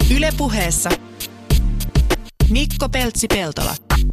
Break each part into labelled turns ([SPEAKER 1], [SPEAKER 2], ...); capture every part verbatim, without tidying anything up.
[SPEAKER 1] Yle Puheessa Mikko Peltsi-Peltola.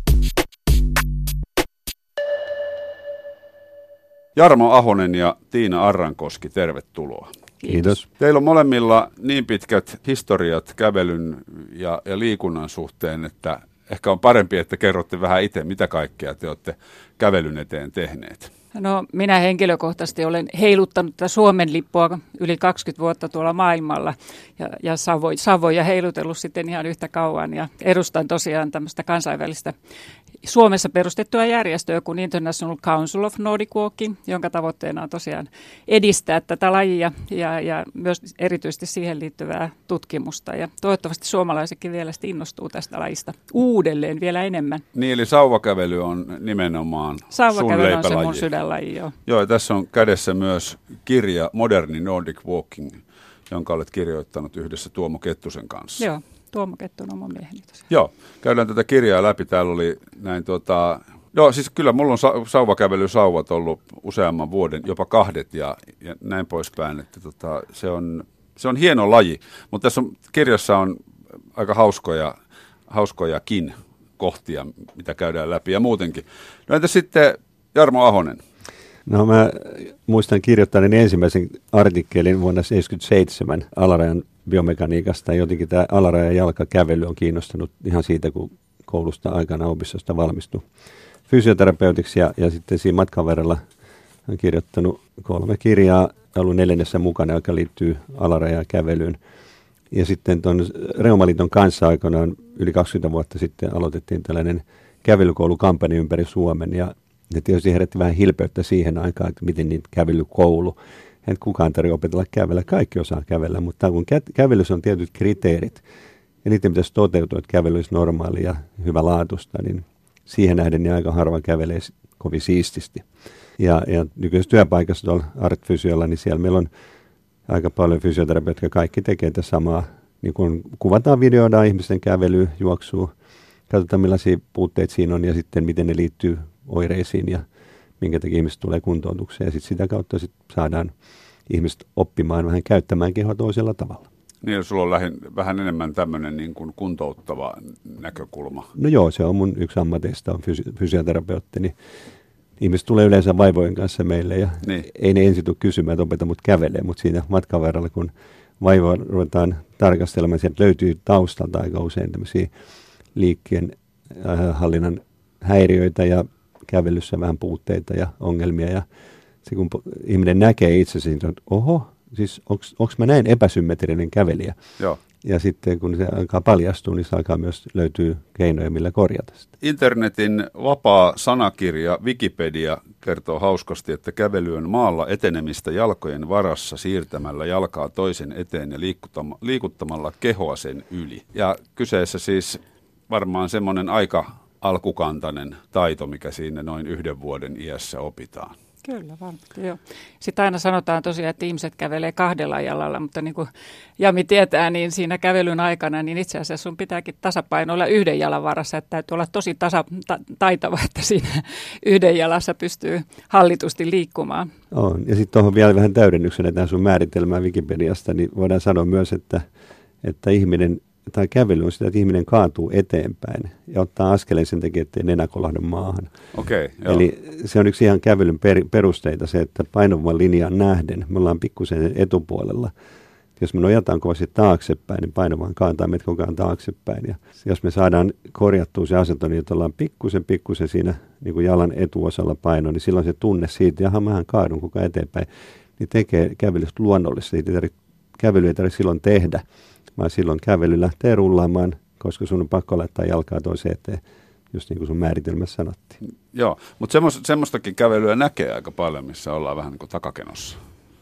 [SPEAKER 2] Jarmo Ahonen ja Tiina Arrankoski, tervetuloa.
[SPEAKER 3] Kiitos.
[SPEAKER 2] Teillä on molemmilla niin pitkät historiat kävelyn ja, ja liikunnan suhteen, että ehkä on parempi, että kerrotte vähän itse, mitä kaikkea te olette kävelyn eteen tehneet.
[SPEAKER 3] No, minä henkilökohtaisesti olen heiluttanut tätä Suomen lippua yli kaksikymmentä vuotta tuolla maailmalla ja, ja Savoja, Savoja heilutellut sitten ihan yhtä kauan ja edustan tosiaan tämmöistä kansainvälistä Suomessa perustettua järjestöä kuin International Council of Nordic Walking, jonka tavoitteena on tosiaan edistää tätä lajia ja, ja myös erityisesti siihen liittyvää tutkimusta. Ja toivottavasti suomalaisetkin vielä innostuu tästä lajista uudelleen vielä enemmän.
[SPEAKER 2] Niin, eli sauvakävely on nimenomaan
[SPEAKER 3] Sauvakävely
[SPEAKER 2] sun
[SPEAKER 3] on se mun sydänlaji, joo.
[SPEAKER 2] Joo, ja tässä on kädessä myös kirja Moderni Nordic Walking, jonka olet kirjoittanut yhdessä Tuomo Kettusen kanssa.
[SPEAKER 3] Joo. Tuomo Kettunen on mun mieheni tosiaan.
[SPEAKER 2] Joo, käydään tätä kirjaa läpi. Täällä oli näin tota... Joo, siis kyllä mulla on sa- sauvakävelysauvat ollut useamman vuoden, jopa kahdet ja, ja näin poispäin. Että tota, se, on, se on hieno laji, mutta tässä on, kirjassa on aika hauskoja, hauskojakin kohtia, mitä käydään läpi ja muutenkin. No entä sitten Jarmo Ahonen?
[SPEAKER 4] No mä muistan kirjoittaneen ensimmäisen artikkelin vuonna tuhatyhdeksänsataaseitsemänkymmentäseitsemän alarajan biomekaniikasta. Ja jotenkin tämä alarajan jalkakävely on kiinnostanut ihan siitä, kun koulusta aikana opistosta valmistui fysioterapeutiksi. Ja, ja sitten siinä matkan varrella olen kirjoittanut kolme kirjaa, ollut neljännessä mukana, joka liittyy alarajan kävelyyn. Ja sitten tuon Reumaliiton kanssa aikanaan yli kaksikymmentä vuotta sitten aloitettiin tällainen kävelykoulukampanja ympäri Suomen. Ja Ja tietysti herätti vähän hilpeyttä siihen aikaan, että miten niin kävelykoulu. En kukaan tarvitse opetella kävellä, kaikki osaa kävellä, mutta kun kä- kävelyssä on tietyt kriteerit, ja niiden pitäisi toteutua, että kävely olisi normaali ja hyvä laatusta, niin siihen nähden niin aika harva kävelee kovin siististi. Ja, ja nykyisessä työpaikassa tuolla Art-fysiolla, niin siellä meillä on aika paljon fysioterapeutteja, jotka kaikki tekee tätä samaa. Niin kun kuvataan, videoidaan ihmisten kävelyä, juoksua, katsotaan millaisia puutteita siinä on ja sitten miten ne liittyy oireisiin ja minkä takia ihmiset tulee kuntoutukseen. Ja sitten sitä kautta sit saadaan ihmiset oppimaan vähän käyttämään kehoa toisella tavalla.
[SPEAKER 2] Niin, sulla on lähin, vähän enemmän tämmöinen niin kuin kuntouttava näkökulma.
[SPEAKER 4] No joo, se on mun yksi ammateista, on fysi- fysioterapeutti. Niin ihmiset tulee yleensä vaivojen kanssa meille ja niin. Ei ne ensin tule kysymään, että opeta mut kävelee, mutta siinä matkan verralla, kun vaivoa ruvetaan tarkastelemaan, sieltä löytyy taustalta aika usein tämmöisiä liikkeen äh, hallinnan häiriöitä ja kävelyssä vähän puutteita ja ongelmia. Ja se kun ihminen näkee itsensä, niin että oho, siis onko mä näin epäsymmetrinen kävelijä?
[SPEAKER 2] Joo.
[SPEAKER 4] Ja sitten kun se alkaa paljastua, niin se alkaa myös löytyy keinoja, millä korjata sitä.
[SPEAKER 2] Internetin vapaa sanakirja Wikipedia kertoo hauskasti, että kävely on maalla etenemistä jalkojen varassa siirtämällä jalkaa toisen eteen ja liikuttamalla kehoa sen yli. Ja kyseessä siis varmaan semmoinen aika alkukantainen taito, mikä siinä noin yhden vuoden iässä opitaan.
[SPEAKER 3] Kyllä, varmasti joo. Sitten aina sanotaan tosiaan, että ihmiset kävelee kahdella jalalla, mutta niin kuin Jami tietää, niin siinä kävelyn aikana, niin itse asiassa sun pitääkin tasapaino olla yhden jalan varassa, että täytyy olla tosi tasa, ta, taitava, että siinä yhden jalassa pystyy hallitusti liikkumaan.
[SPEAKER 4] On, ja sitten tuohon vielä vähän täydennyksenä tähän sun määritelmään Wikipediasta, niin voidaan sanoa myös, että, että ihminen tai kävely on sitä, että ihminen kaatuu eteenpäin ja ottaa askeleen sen takia, ettei nenä kolahda maahan.
[SPEAKER 2] Okay,
[SPEAKER 4] Eli se on yksi ihan kävelyn per, perusteita se, että painovan linjaan nähden me ollaan pikkusen etupuolella. Jos me nojataan kovasti taaksepäin, niin painovan kaataa meitä koko ajan taaksepäin. Ja jos me saadaan korjattua se asento niin, että ollaan pikkusen pikkusen siinä niin kuin jalan etuosalla paino, niin silloin se tunne siitä, jaha mähän kaadun koko ajan eteenpäin, niin tekee kävelystä luonnollista. Kävely ei tarvitse silloin tehdä, vaan silloin kävely lähtee rullaamaan, koska sun on pakko laittaa jalkaa toiseen eteen, just niin kuin sun määritelmässä sanottiin.
[SPEAKER 2] Joo, mutta semmoistakin kävelyä näkee aika paljon, missä ollaan vähän niin kuin takakenossa.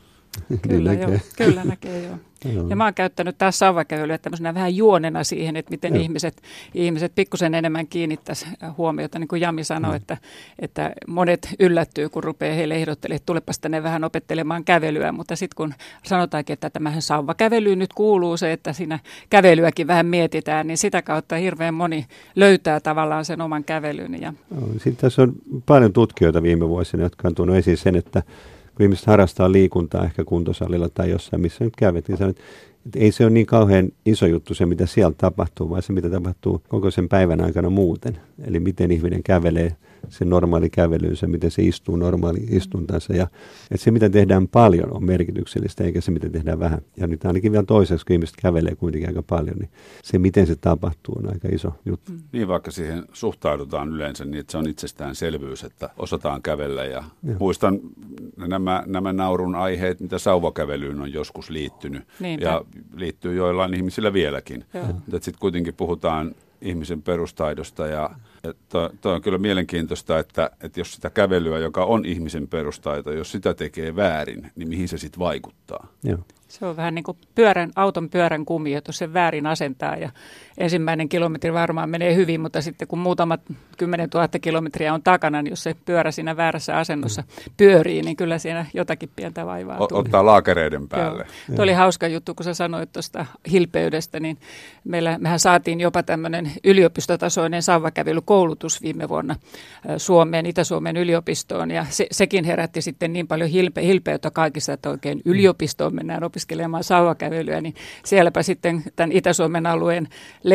[SPEAKER 3] Kyllä, joo, kyllä näkee, joo. Joo. Ja mä oon käyttänyt taas sauvakävelyä tämmöisenä vähän juonena siihen, että miten ihmiset, ihmiset pikkusen enemmän kiinnittäisi huomiota. Niin kuin Jami sanoi, mm. että, että monet yllättyy, kun rupeaa heille ehdottelemaan, että tulepas tänne vähän opettelemaan kävelyä. Mutta sitten kun sanotaankin, että tämähän sauvakävelyyn nyt kuuluu se, että siinä kävelyäkin vähän mietitään, niin sitä kautta hirveän moni löytää tavallaan sen oman kävelyn. Ja...
[SPEAKER 4] Sitten tässä on paljon tutkijoita viime vuosina, jotka on tuonut esiin sen, että kun ihmiset harrastaa liikuntaa ehkä kuntosalilla tai jossain, missä nyt kävet, niin sanoo, että Et ei se ole niin kauhean iso juttu se, mitä siellä tapahtuu, vaan se, mitä tapahtuu koko sen päivän aikana muuten. Eli miten ihminen kävelee sen normaali kävelynsä, miten se istuu normaali istuntansa. Ja, että se, mitä tehdään paljon, on merkityksellistä, eikä se, mitä tehdään vähän. Ja nyt ainakin vielä toiseksi, kun ihmiset kävelee kuitenkin aika paljon, niin se, miten se tapahtuu, on aika iso juttu. Mm.
[SPEAKER 2] Niin, vaikka siihen suhtaudutaan yleensä niin, että se on itsestäänselvyys, että osataan kävellä. Ja ja. Muistan nämä, nämä naurun aiheet, mitä sauvakävelyyn on joskus liittynyt. Niinpä. Ja liittyy joillain ihmisillä vieläkin. Mutta sitten kuitenkin puhutaan ihmisen perustaidosta ja tuo to on kyllä mielenkiintoista, että, että jos sitä kävelyä, joka on ihmisen perustaito, jos sitä tekee väärin, niin mihin se sitten vaikuttaa?
[SPEAKER 4] Joo.
[SPEAKER 3] Se on vähän niin kuin pyörän, auton pyörän kumi, että jos se väärin asentaa ja ensimmäinen kilometri varmaan menee hyvin, mutta sitten kun muutamat kymmenen tuhatta kilometriä on takana, niin jos se pyörä siinä väärässä asennossa pyörii, niin kyllä siinä jotakin pientä vaivaa
[SPEAKER 2] o-
[SPEAKER 3] tulee.
[SPEAKER 2] Ottaa laakereiden päälle.
[SPEAKER 3] Joo. Tuo oli hauska juttu, kun sä sanoit tuosta hilpeydestä, niin meillä, mehän saatiin jopa tämmöinen yliopistotasoinen sauvakävelykoulutus viime vuonna Suomeen, Itä-Suomen yliopistoon, ja se, sekin herätti sitten niin paljon hilpe, hilpeyttä kaikista, että oikein yliopistoon mennään opiskelemaan sauvakävelyä, niin sielläpä sitten tämän Itä-Suomen alueen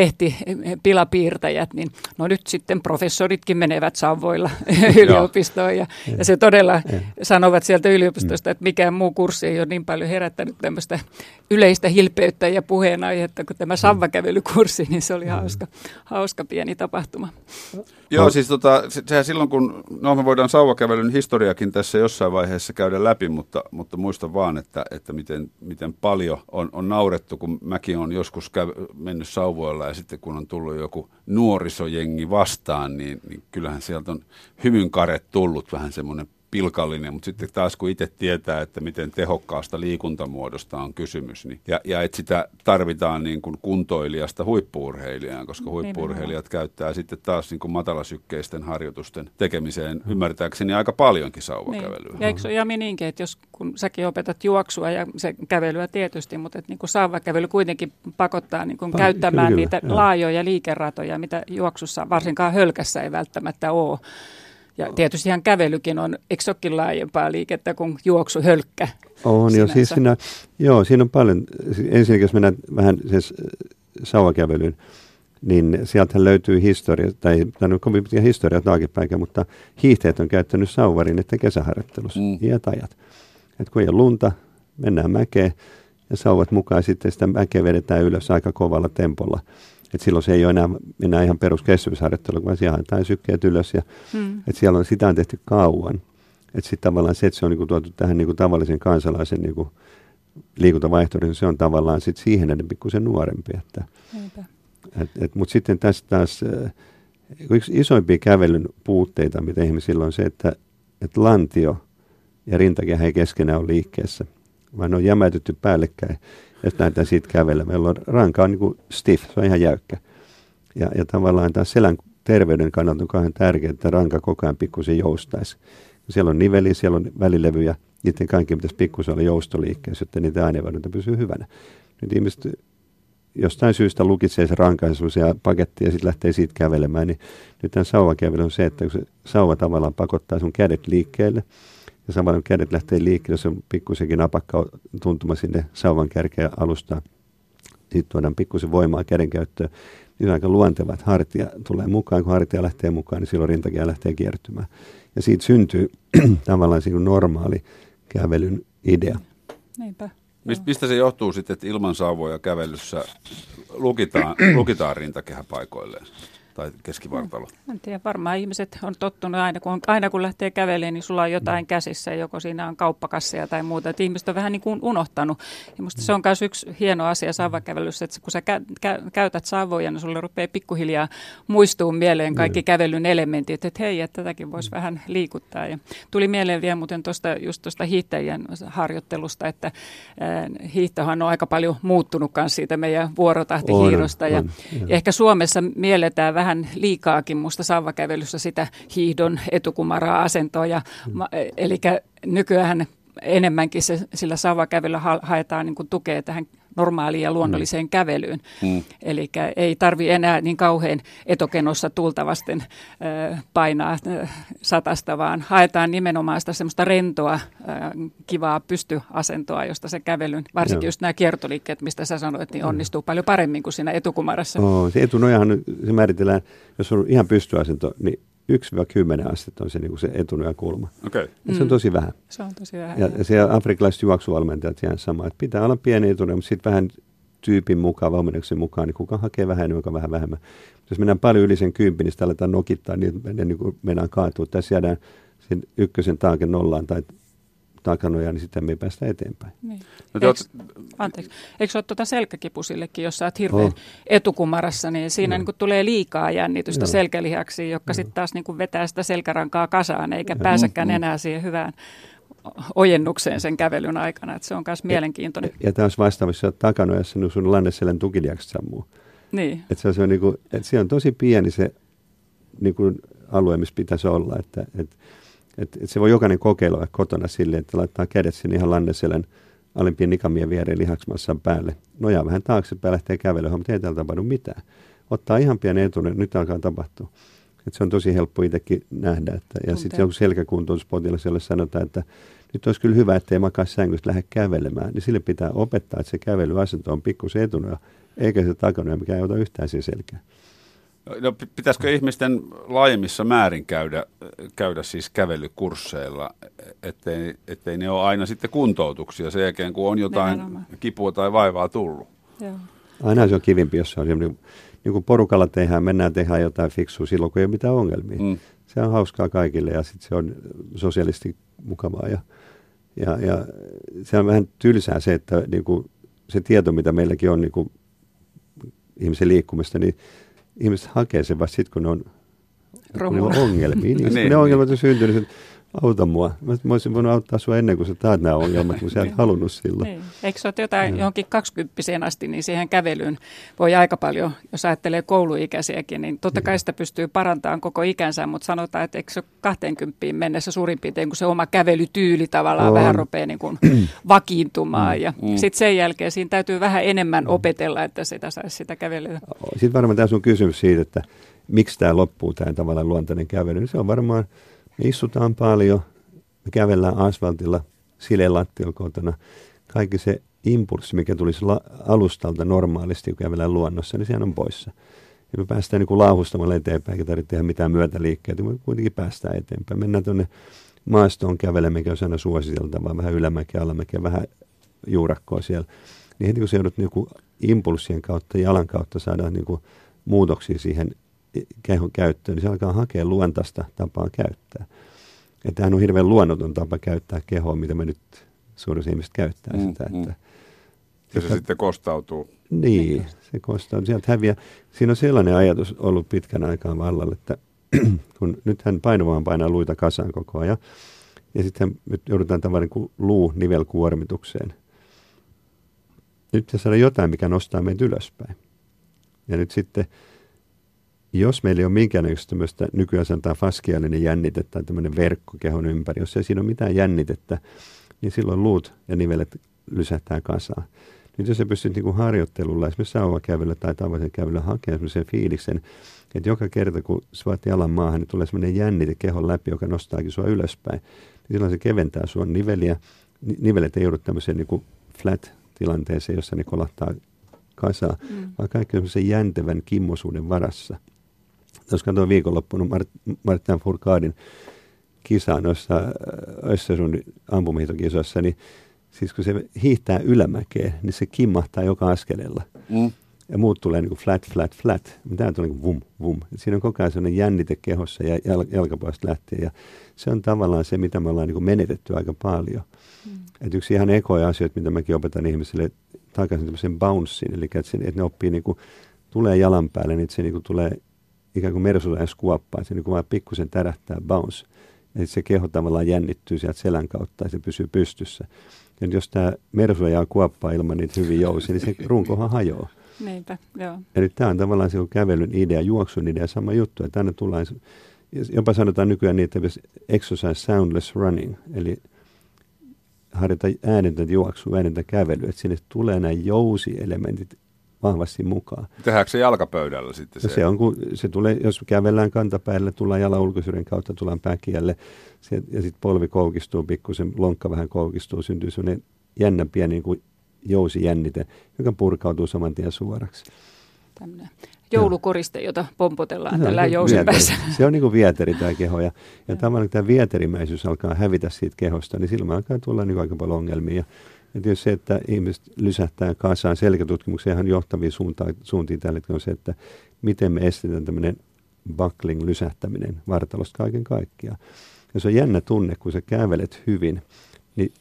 [SPEAKER 3] lehtipilapiirtäjät, niin no nyt sitten professoritkin menevät sauvoilla yliopistoon, ja, ja se todella sanovat sieltä yliopistosta, että mikään muu kurssi ei ole niin paljon herättänyt tämmöistä yleistä hilpeyttä ja puheenaihetta kuin tämä sauvakävelykurssi, niin se oli hauska, hauska pieni tapahtuma.
[SPEAKER 2] Joo, siis tota, se, sehän silloin kun, no me voidaan sauvakävelyn historiakin tässä jossain vaiheessa käydä läpi, mutta, mutta muista vaan, että, että miten, miten paljon on, on naurettu, kun mäkin olen joskus käy, mennyt sauvoilla ja sitten kun on tullut joku nuorisojengi vastaan, niin, niin kyllähän sieltä on hymynkaret tullut vähän semmoinen pilkallinen, mutta sitten taas kun itse tietää, että miten tehokkaasta liikuntamuodosta on kysymys, niin, ja, ja että sitä tarvitaan niin kuin kuntoilijasta huippu-urheilijaan, koska huippu-urheilijat käyttää sitten taas niin kuin matalasykkeisten harjoitusten tekemiseen ymmärtääkseni aika paljonkin sauvakävelyä.
[SPEAKER 3] Niin. Ja eikö se ole Jami niinkin, että jos kun säkin opetat juoksua ja se kävelyä tietysti, mutta että niin kuin sauvakävely kuitenkin pakottaa niin kuin käyttämään kyllä, niitä joo. laajoja liikeratoja, mitä juoksussa varsinkaan hölkässä ei välttämättä ole. Ja tietysti ihan kävelykin on, eikö se olekin laajempaa liikettä kuin juoksu, hölkkä?
[SPEAKER 4] On jo, siis siinä, joo, siinä on paljon. Ensinnäkin jos mennään vähän siis sauvakävelyyn, niin sieltähän löytyy historia, tai tämä on kovin pitkä historia taaksepäin, mutta hiihtäjät on käyttänyt sauvarinnetta kesäharjoittelussa, mm. iät ajat. Että kun ei ole lunta, mennään mäkeen ja sauvat mukaan, sitten sitä mäkeä vedetään ylös aika kovalla tempolla. Että silloin se ei ole enää, enää ihan peruskestävyysharjoittelu, vaan siellä haetaan sykkeet ylös. Ja, hmm. että siellä on, sitä on tehty kauan. Että sitten tavallaan se, että se on niinku tuotu tähän niinku tavallisen kansalaisen niinku liikuntavaihtoehtoon, se on tavallaan sit siihen näiden pikkusen nuorempi. Mutta sitten tässä taas yksi isoimpia kävelyn puutteita, mitä ihmisillä on se, että et lantio ja rintakehä ei keskenään ole liikkeessä, vaan ne on jämäytetty päällekkäin. Jos lähdetään siitä kävellä, meillä on ranka on niin kuin stiff, se on ihan jäykkä. Ja, ja tavallaan taas selän terveyden kannalta on kauhean tärkeää, että ranka koko ajan pikkusen joustaisi. Siellä on niveli, siellä on välilevyjä, niiden kaikki pitäisi pikkusen olla joustoliikkeessä, jotta niitä aineenvaihdunta pysyy hyvänä. Nyt ihmiset jostain syystä lukitsee se rankaisuisia pakettia ja sitten lähtee siitä kävelemään, niin nyt tämän sauvakävely on se, että kun se sauva tavallaan pakottaa sun kädet liikkeelle, ja samalla kun kädet lähtee liikkeelle, se on pikkusenkin napakka tuntuma sinne sauvan kärkeä alustaan. Sitten tuodaan pikkusen voimaa kädenkäyttöön. Niin aika luonteva, että hartia tulee mukaan. Kun hartia lähtee mukaan, niin silloin rintakehä lähtee kiertymään. Ja siitä syntyy tavallaan normaali kävelyn idea.
[SPEAKER 3] Niinpä.
[SPEAKER 2] Mist, mistä se johtuu sitten, että ilman sauvoja kävelyssä lukitaan, lukitaan rintakehä paikoilleen? Tai keskivartalo?
[SPEAKER 3] En tiedä, varmaan ihmiset on tottunut aina, kun, aina kun lähtee kävelemään, niin sulla on jotain käsissä, joko siinä on kauppakasseja tai muuta. Että ihmiset on vähän niin kuin unohtanut. Ja musta se on myös yksi hieno asia sauvakävelyssä, että kun sä kä- kä- käytät sauvoja, niin sulle rupeaa pikkuhiljaa muistumaan mieleen kaikki kävelyn elementit, että hei, että tätäkin voisi vähän liikuttaa. Ja tuli mieleen vielä muuten tuosta, just tuosta hiihtäjien harjoittelusta, että äh, hiihtohan on aika paljon muuttunut myös siitä meidän vuorotahtihiirosta. Ja, ja ehkä Suomessa mielletään vähän liikaakin musta sauvakävelyssä sitä hiihdon etukumaraa asentoa. Ja, mm. eli nykyään enemmänkin se, sillä sauvakävelyllä ha- haetaan niin kuin tukea tähän normaaliin ja luonnolliseen mm. kävelyyn. Mm. Eli ei tarvitse enää niin kauhean etokenossa tultavasten äh, painaa äh, satasta, vaan haetaan nimenomaan sitä semmoista rentoa, äh, kivaa pystyasentoa, josta se kävelyn, varsinkin Joo. just nämä kiertoliikkeet, mistä sä sanoit, niin onnistuu mm. paljon paremmin kuin siinä etukumarassa.
[SPEAKER 4] Oh, se etunojahan se määritellään, jos on ihan pystyasento, niin yksi kymmenen astetta on se, niin kuin se etunojan kulma.
[SPEAKER 2] Okay.
[SPEAKER 4] Mm. Se on tosi vähän.
[SPEAKER 3] Se on tosi vähän.
[SPEAKER 4] Ja, ja se afrikkalaiset juoksuvalmentajat jää sama, että pitää olla pieni etunoja, mutta sitten vähän tyypin mukaan, valmennuksen mukaan, niin kuka hakee vähän enemmän, kuka vähän vähemmän. Jos mennään paljon yli sen kympin, niin sitä aletaan nokittaa, niin ne niin kuin mennään kaatua. Tässä jäädään sen ykkösen taaken nollaan tai takanojaan, niin sitten me ei päästä eteenpäin.
[SPEAKER 3] Niin. No, Eikö, anteeksi, eikö ole tuota selkäkipusillekin, jos sä oot hirveän oh. etukumarassa, niin siinä niin kuin tulee liikaa jännitystä Joo. selkälihaksiin, jotka sitten taas niin kuin vetää sitä selkärankaa kasaan, eikä Joo. pääsekään mm. enää siihen hyvään ojennukseen sen kävelyn aikana. Että se on myös mielenkiintoinen. Ja,
[SPEAKER 4] ja taas vastaavassa takanojassa, niin sun lanneselän tukiliakset sammuu.
[SPEAKER 3] Niin.
[SPEAKER 4] Että se on, niin kuin, että se on tosi pieni se niin kuin alue, missä pitäisi olla, että, että Että et se voi jokainen kokeilla kotona silleen, että laittaa kädet sinne ihan lanneselän alimpien nikamien viereen lihaksmassan päälle. Nojaa vähän taaksepäin, lähtee kävelemään, mutta ei täällä tapahdu mitään. Ottaa ihan pienen etunen, nyt alkaa tapahtua. Et se on tosi helppo itsekin nähdä. Että, ja sitten joku selkäkuntouspotilas, jolle sanotaan, että nyt olisi kyllä hyvä, ettei makaa sängystä lähde kävelemään. Niin sille pitää opettaa, että se kävelyasento on pikkusen etuna, eikä se takana, mikä ei ota yhtään siihen selkään.
[SPEAKER 2] No, pitäisikö ihmisten laajemmissa määrin käydä, käydä siis kävelykursseilla, ettei, ettei ne ole aina sitten kuntoutuksia sen jälkeen, kun on jotain Nimenomaan. kipua tai vaivaa tullut?
[SPEAKER 3] Joo.
[SPEAKER 4] Aina se on kivimpi, jos se on niin, niin kuin porukalla tehdään, mennään tehdään jotain fiksua silloin, kun ei ole mitään ongelmia. Mm. Se on hauskaa kaikille ja sitten se on sosiaalisesti mukavaa ja, ja, ja se on vähän tylsää se, että niin kuin se tieto, mitä meilläkin on niin kuin ihmisen liikkumista, niin ihmiset hakee sen vasta sitten, kun ne on, kun ne on ongelmia. Niin, kun ne ongelmat on syntynyt, että auta mua. Mä, mä olisin voinut auttaa sua ennen kuin sä taat nämä ongelmat, kun sä et halunnut silloin.
[SPEAKER 3] Niin. Eikö se ole jotain ja. johonkin kaksikymppiseen asti, niin siihen kävelyyn voi aika paljon, jos ajattelee kouluikäisiäkin, niin totta kai sitä pystyy parantamaan koko ikänsä, mutta sanotaan, että eikö se ole kahteenkymppiin mennessä suurin piirtein, kun se oma kävelytyyli tavallaan on. vähän rupeaa niin kuin vakiintumaan. Ja mm. sitten sen jälkeen siinä täytyy vähän enemmän opetella, että sitä saisi sitä kävelyä.
[SPEAKER 4] Sitten varmaan tässä on kysymys siitä, että miksi tämä loppuu, tämä tavallaan luontainen kävely. Se on varmaan, me istutaan paljon, me kävellään asfaltilla, sileän lattialla kotona. Kaikki se impulssi, mikä tulisi la- alustalta normaalisti, kun kävellään luonnossa, niin sehän on poissa. Ja me päästään niin kuin lauhustamalla eteenpäin, eikä tarvitse tehdä mitään myötäliikkeitä, mutta kuitenkin päästään eteenpäin. Mennään tuonne maastoon kävelemään, mikä on aina suositeltavaa, vähän ylämäkeä, alamäkeä, vähän juurakkoa siellä. Niin heti kun se joudut niin kuin impulssien kautta, jalan kautta saadaan niin kuin muutoksia siihen kehon käyttöön, niin se alkaa hakea luontaista tapaa käyttää. Että tämähän on hirveän luonnoton tapa käyttää kehoa, mitä me nyt suurin osa ihmiset käyttää mm, sitä. Että,
[SPEAKER 2] mm. Ja se että, sitten kostautuu.
[SPEAKER 4] Niin, se kostautuu. Sieltä häviää. Siinä on sellainen ajatus ollut pitkän aikaa vallalla, että kun nythän painavaan painaa luita kasaan koko ajan, ja sitten nyt joudutaan tavallaan niin luu-nivelkuormitukseen. Nyt pitäisi saada jotain, mikä nostaa meitä ylöspäin. Ja nyt sitten jos meillä ei ole minkäännäköistä tämmöistä, nykyään sanotaan faskiaalinen jännite tai tämmöinen verkko kehon ympäri, jos ei siinä ole mitään jännitettä, niin silloin luut ja nivelet lysähtää kasaan. Nyt jos sä pystyt niin kuin harjoittelulla, esimerkiksi sauvakävelyllä tai tavallisen kävelyllä hakemaan semmoisen fiiliksen, että joka kerta kun suot jalan maahan, niin tulee semmoinen jännite kehon läpi, joka nostaakin sua ylöspäin. Niin silloin se keventää sua niveliä. Nivelet ei joudu tämmöiseen niin kuin flat-tilanteeseen, jossa ne kolahtaa kasaan, mm. vaan kaikki on semmoisen jäntevän kimmosuuden varassa. Jos katsoin viikonloppuna Mart- Martin Fourcadin kisaa noissa Östersun ampumahiihtokisoissa, niin siis kun se hiihtää ylämäkeen, niin se kimmahtaa joka askeleella. Mm. Ja muut tulee niin kuin flat, flat, flat. Tämä tulee niin kuin vum, vum. Et siinä on koko ajan sellainen jännite kehossa ja jal- jalkapuolesta lähtien. Ja se on tavallaan se, mitä me ollaan niin kuin menetetty aika paljon. Mm. Et yksi ihan ekoja asioita, mitä mäkin opetan ihmisille, takaisin tämmöisen bouncein. Eli että, sen, että ne oppii, niin kuin, tulee jalan päälle, niin se niin kuin tulee ikään kuin mersuläinen skuoppaa. Se niin kuin vaan pikkusen tärähtää bounce. Ja se keho tavallaan jännittyy sieltä selän kautta ja se pysyy pystyssä. Ja jos tämä mersu jää kuoppaa ilman niitä hyvin jousia, niin se runkohan hajoaa.
[SPEAKER 3] Niinpä, joo.
[SPEAKER 4] Eli tämä on tavallaan se kävelyn idea, juoksun idea, sama juttu. Että tänne tullaan, jopa sanotaan nykyään niin, että exercise soundless running. Eli harjoita äänetöntä juoksua, äänetöntä kävelyä, että sinne tulee nämä jousielementit vahvasti mukaan.
[SPEAKER 2] Tehdäänkö se jalkapöydällä sitten?
[SPEAKER 4] Se, se on, kun se tulee, jos kävellään kantapäälle, tullaan jalan ulkoisyyden kautta, tullaan pääkiälle, se, ja sitten polvi koukistuu pikkusen, lonkka vähän koukistuu, syntyy sellainen jännä pieni niin kuin jousijännite, joka purkautuu saman tien suoraksi.
[SPEAKER 3] Tämmöinen joulukoriste, jota pompotellaan
[SPEAKER 4] no,
[SPEAKER 3] tällä jousin päässä.
[SPEAKER 4] Se on niin kuin vieteri tämä keho, ja, ja tavallaan tämä vieterimäisyys alkaa hävitä siitä kehosta, niin silloin alkaa tulla niin aika paljon ongelmia. Ja, ja tietysti se, että ihmiset lysähtää kasaan, selkätutkimuksen ihan johtavia suuntaan, suuntiin tällä on se, että miten me estetään tämmöinen buckling, lysähtäminen vartalosta kaiken kaikkiaan. Ja se on jännä tunne, kun sä kävelet hyvin, niin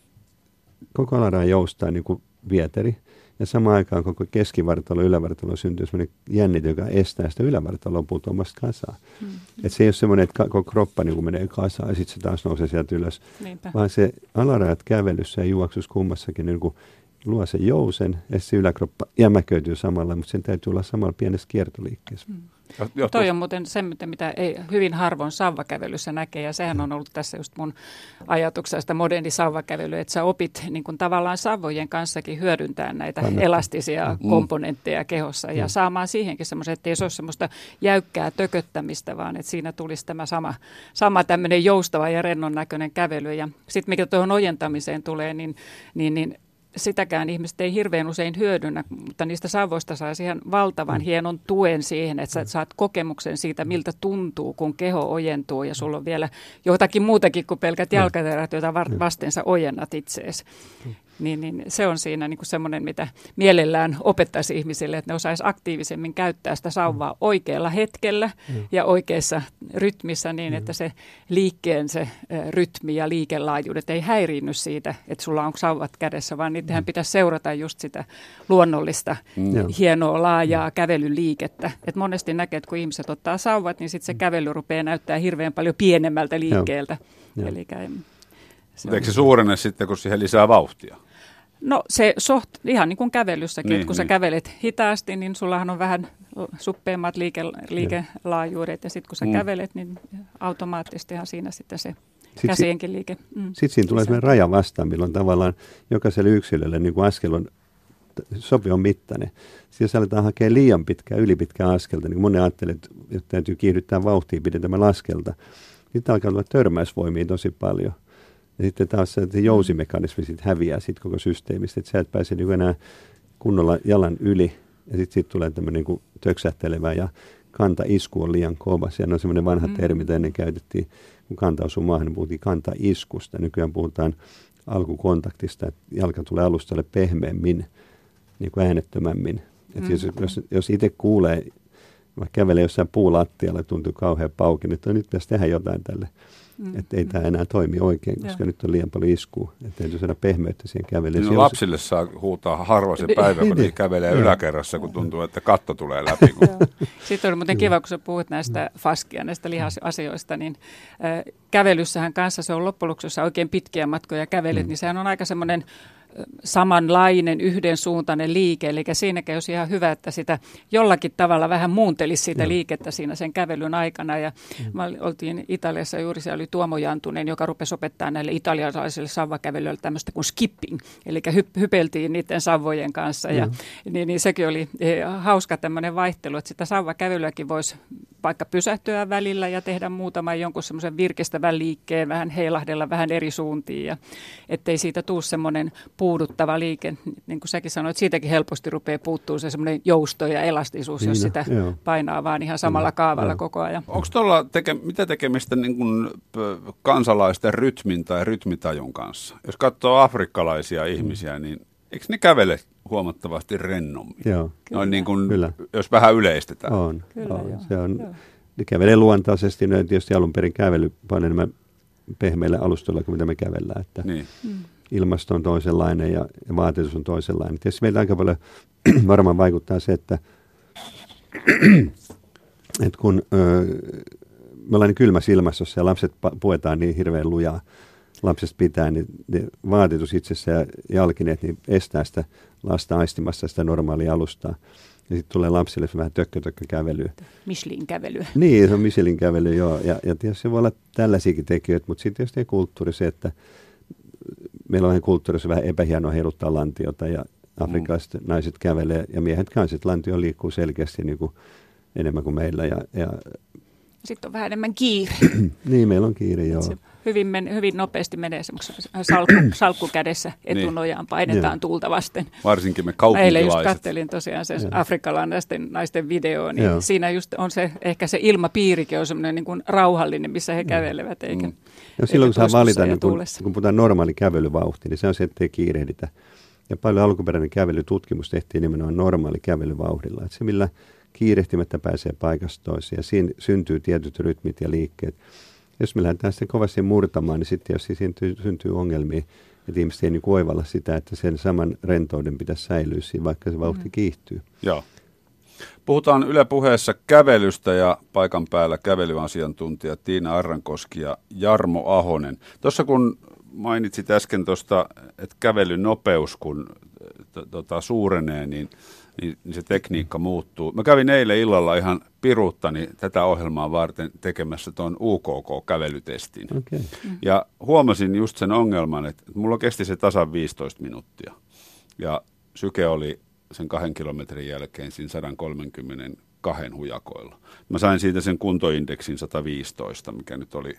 [SPEAKER 4] koko alaraan joustaa niin kuin vieteri, ja samaan aikaan koko keskivartalo ja ylävartalo syntyy sellainen jännite, joka estää sitä ylävartaloa putoamasta kasaan. Mm. Että se ei ole semmoinen, että koko kroppa niin kuin menee kasaan ja sitten se taas nousee sieltä ylös. Niinpä. Vaan se alarajat kävelyssä ja juoksussa kummassakin niin kuin luo sen jousen ja se yläkroppa jämäköityy samalla, mutta sen täytyy olla samalla pienessä kiertoliikkeessä. Mm.
[SPEAKER 3] Johtuu. Toi on muuten se, mitä ei hyvin harvoin sauvakävelyssä näkee, ja sehän on ollut tässä just mun ajatuksesta sitä moderni sauvakävelyä, että sä opit niin kun tavallaan sauvojen kanssakin hyödyntää näitä Kannattaa. elastisia mm. komponentteja kehossa, ja mm. saamaan siihenkin semmoisen, että ei se ole semmoista jäykkää tököttämistä, vaan että siinä tulisi tämä sama, sama tämmöinen joustava ja rennon näköinen kävely, ja sitten mikä tuohon ojentamiseen tulee, niin, niin, niin sitäkään ihmiset ei hirveän usein hyödynnä, mutta niistä sauvoista saisi ihan valtavan mm. hienon tuen siihen, että sä saat kokemuksen siitä, miltä tuntuu, kun keho ojentuu ja sulla on vielä jotakin muutakin kuin pelkät jalkaterät, joita vasten sä ojennat itseesi. Niin, niin se on siinä niin kuin semmoinen, mitä mielellään opettaisi ihmisille, että ne osaisi aktiivisemmin käyttää sitä sauvaa oikealla hetkellä mm. ja oikeassa rytmissä niin, että se liikkeen se rytmi ja liikelaajuudet ei häiriinny siitä, että sulla on sauvat kädessä, vaan niitähän pitäisi seurata just sitä luonnollista, mm. hienoa, laajaa kävelyliikettä. Et monesti näkee, että kun ihmiset ottaa sauvat, niin sitten se kävely rupeaa näyttää hirveän paljon pienemmältä liikkeeltä. Elikkä,
[SPEAKER 2] se eikö se suurene sitten, kun siihen lisää vauhtia?
[SPEAKER 3] No se soht, ihan niin kuin kävelyssäkin, niin, että kun niin. sä kävelet hitaasti, niin sullahan on vähän suppeammat liike, liikelaajuudet, ja sitten kun sä mm. kävelet, niin automaattisestihan siinä sitten se sitten käsienkin liike. Mm.
[SPEAKER 4] Sitten siinä tulee sellainen raja vastaan, milloin tavallaan jokaiselle yksilölle niin kuin askel on sopivan mittainen. Sitten jos aletaan hakea liian pitkää, ylipitkää askelta, niin kuin monen ajattelee, että täytyy kiihdyttää vauhtia pidentämällä askelta, sitten alkaa tulla törmäysvoimia tosi paljon. Ja sitten taas se jousimekanismi sit häviää sit koko systeemistä, että sä et pääse niin enää kunnolla jalan yli. Ja sitten sit tulee tämmöinen niin töksähtelevä ja kantaisku on liian kova. Siellä on semmoinen vanha mm. termi, mitä ennen käytettiin, kun kanta osuu maahan, niin puhuttiin kantaiskusta. Nykyään puhutaan alkukontaktista, että jalka tulee alustalle pehmeämmin, niin kuin äänettömämmin. Että mm. jos, jos, jos itse kuulee, vaikka kävelee jossain puulattialla, tuntuu kauhean paukin, että nyt pitäisi tehdä jotain tälle. Mm. Että ei tämä enää toimi oikein, koska Joo. nyt on liian paljon iskua. Että täytyy saada pehmeyttä siihen kävelyyn.
[SPEAKER 2] Niin lapsille saa huutaa harva se päivä, kun ne kävelee yläkerrassa, kun tuntuu, että katto tulee läpi.
[SPEAKER 3] Sitten on muuten kiva, kun sä puhut näistä faskia, näistä lihasasioista, niin äh, kävelyssähän kanssa se on loppujen lopuksi, jos sä oikein pitkiä matkoja kävelet, mm. niin sehän on aika semmoinen samanlainen yhdensuuntainen liike, eli siinäkin olisi ihan hyvä, että sitä jollakin tavalla vähän muuntelisi sitä no. liikettä siinä sen kävelyn aikana. Ja mm. me oltiin Italiassa juuri, siellä oli Tuomo Jantunen, joka rupesi opettaa näille italialaisille sauvakävelyille tämmöistä kuin skipping, eli hyp- hypeltiin niiden sauvojen kanssa, ja mm. niin, niin sekin oli hauska tämmöinen vaihtelu, että sitä sauvakävelyäkin voisi vaikka pysähtyä välillä ja tehdä muutaman jonkun semmoisen virkistävän liikkeen, vähän heilahdella vähän eri suuntiin, ja ettei siitä tule semmoinen puuduttava liike, niin kuin säkin sanoit, siitäkin helposti rupeaa puuttuu se semmoinen jousto ja elastisuus, niin, jos sitä joo. painaa vaan ihan samalla kaavalla joo. koko ajan.
[SPEAKER 2] Onko tuolla teke, mitä tekemistä niin kuin kansalaisten rytmin tai rytmitajun kanssa? Jos katsoo afrikkalaisia mm. ihmisiä, niin eikö ne kävele huomattavasti rennommin?
[SPEAKER 4] Joo.
[SPEAKER 2] Noin niin kuin, jos vähän yleistetään.
[SPEAKER 4] On. Kyllä, on. Se on ne kävelee luontaisesti, ne on tietysti alun perin kävely paljon enemmän pehmeillä alustoilla kuin mitä me kävellään. Että
[SPEAKER 2] niin.
[SPEAKER 3] Mm.
[SPEAKER 4] Ilmasto on toisenlainen ja, ja vaatetus on toisenlainen. Tietysti meillä aika paljon varmaan vaikuttaa se, että, että kun ö, me ollaan niin kylmässä ilmastossa ja lapset puetaan niin hirveän lujaa, lapsesta pitää, niin vaatetus itsessä ja jalkineet niin estää sitä lasta aistimassa sitä normaalia alustaa. Ja sitten tulee lapsille vähän tökkö-tökkö-kävelyä.
[SPEAKER 3] Michelin-kävelyä.
[SPEAKER 4] Niin, se on Michelin-kävely, joo. Ja, ja tietysti se voi olla tällaisiakin tekijöitä, mutta sitten tietysti kulttuuri se, että meillä on vähän kulttuurissa vähän epähienoa heiluttaa lantiota ja afrikkalaiset mm. naiset kävelee ja miehet kanssa. Lantio liikkuu selkeästi niin kuin enemmän kuin meillä. Ja, ja
[SPEAKER 3] sitten on vähän enemmän kiire.
[SPEAKER 4] Niin, meillä on kiire, joo.
[SPEAKER 3] Se hyvin, men, hyvin nopeasti menee semmoisessa salkku, salkku kädessä etunojaan, painetaan niin. tuulta vasten.
[SPEAKER 2] Varsinkin me kaupunkilaiset.
[SPEAKER 3] Eilen just kattelin tosiaan se afrikkalaisten naisten video, niin joo. siinä just on se, ehkä se ilmapiirikin on semmoinen niin kuin rauhallinen, missä he kävelevät, eikä mm.
[SPEAKER 4] ja silloin kun saa valita, niin kun, kun puhutaan normaali kävelyvauhti, niin se on se, ettei kiirehditä. Ja paljon alkuperäinen kävelytutkimus tehtiin nimenomaan normaali kävelyvauhdilla. Että se, millä kiirehtimättä pääsee paikasta toiseen ja siinä syntyy tietyt rytmit ja liikkeet. Jos me lähdetään sitten kovasti murtamaan, niin sitten jos syntyy, syntyy ongelmia, että ihmiset ei niin oivalla sitä, että sen saman rentouden pitäisi säilyä siinä, vaikka se vauhti mm. kiihtyy.
[SPEAKER 2] Joo. Puhutaan Yle Puheessa kävelystä ja paikan päällä kävelyasiantuntija Tiina Arrankoski ja Jarmo Ahonen. Tuossa kun mainitsit äsken tuosta, että kävelynopeus kun t- tota, suurenee, niin, niin, niin se tekniikka muuttuu. Mä kävin eilen illalla ihan piruuttani tätä ohjelmaa varten tekemässä tuon U K K-kävelytestin.
[SPEAKER 4] Okay.
[SPEAKER 2] Ja huomasin just sen ongelman, että mulla kesti se tasan viisitoista minuuttia. Ja syke oli sen kahden kilometrin jälkeen siinä sata kolmekymmentäkaksi hujakoilla. Mä sain siitä sen kuntoindeksin sata viisitoista, mikä nyt oli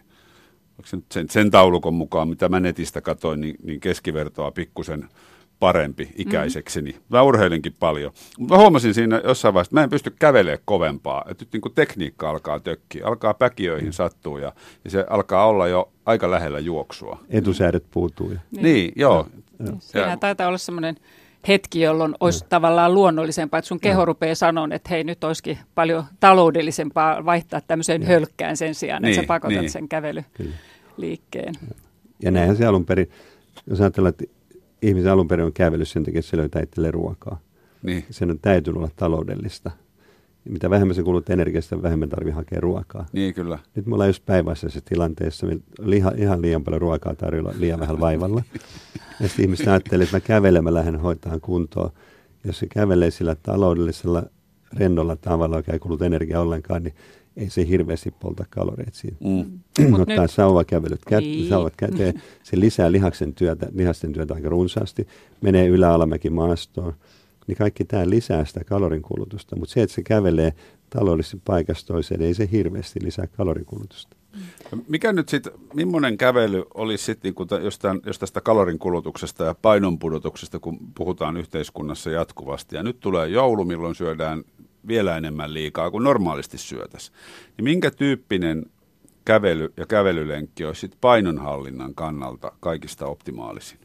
[SPEAKER 2] sen, sen taulukon mukaan, mitä mä netistä katsoin, niin, niin keskivertoa pikkusen parempi ikäisekseni. Mm-hmm. Mä urheilinkin paljon. Mä huomasin siinä jossain vaiheessa, että mä en pysty kävelemään kovempaa. Että nyt niin kuin tekniikka alkaa tökkiä, alkaa päkiöihin sattua ja, ja se alkaa olla jo aika lähellä juoksua.
[SPEAKER 4] Etusäädöt puuttuu.
[SPEAKER 2] Niin, niin joo.
[SPEAKER 3] Ja. Siinä taitaa olla semmoinen hetki, jolloin olisi no. tavallaan luonnollisempaa, että sun keho no. rupeaa sanomaan, että hei, nyt olisikin paljon taloudellisempaa vaihtaa tämmöiseen no. hölkkään sen sijaan, niin, että sä pakotat niin. sen kävelyliikkeen.
[SPEAKER 4] Ja näinhän se alun perin, jos ajatellaan, että ihmisen alun perin on kävellyt sen takia, että se löytää itselleen ruokaa.
[SPEAKER 2] Niin.
[SPEAKER 4] Sen on täytynyt olla taloudellista. Ja mitä vähemmän se kulut energiasta, vähemmän tarvitsee hakea ruokaa.
[SPEAKER 2] Niin, kyllä.
[SPEAKER 4] Nyt me ollaan just päinvastaisessa tilanteessa. Meillä on ihan, ihan liian paljon ruokaa tarjolla, liian vähän vaivalla. Ja sitten ihmiset ajattelee, että mä kävelen, mä lähden hoitamaan kuntoon. Jos se kävelee sillä taloudellisella, rennolla tavalla, joka ei kuluta energiaa ollenkaan, niin ei se hirveästi polta kaloreita siinä. Mm. Ottaa sauvakävelyt kä- niin. sauvat käteen. Se lisää lihaksen työtä, lihasten työtä aika runsaasti. Menee ylä-alamäki maastoon. Niin kaikki tämä lisää sitä kalorinkulutusta. Mutta se, että se kävelee taloudellisesti paikasta toiseen, ei se hirveästi lisää kalorinkulutusta.
[SPEAKER 2] Mikä nyt sitten, millainen kävely olisi sitten, niin jos, tämän, jos tästä kalorinkulutuksesta ja painonpudotuksesta, kun puhutaan yhteiskunnassa jatkuvasti, ja nyt tulee joulu, milloin syödään vielä enemmän liikaa kuin normaalisti syötäisiin, niin minkä tyyppinen kävely ja kävelylenkki olisi sitten painonhallinnan kannalta kaikista optimaalisin?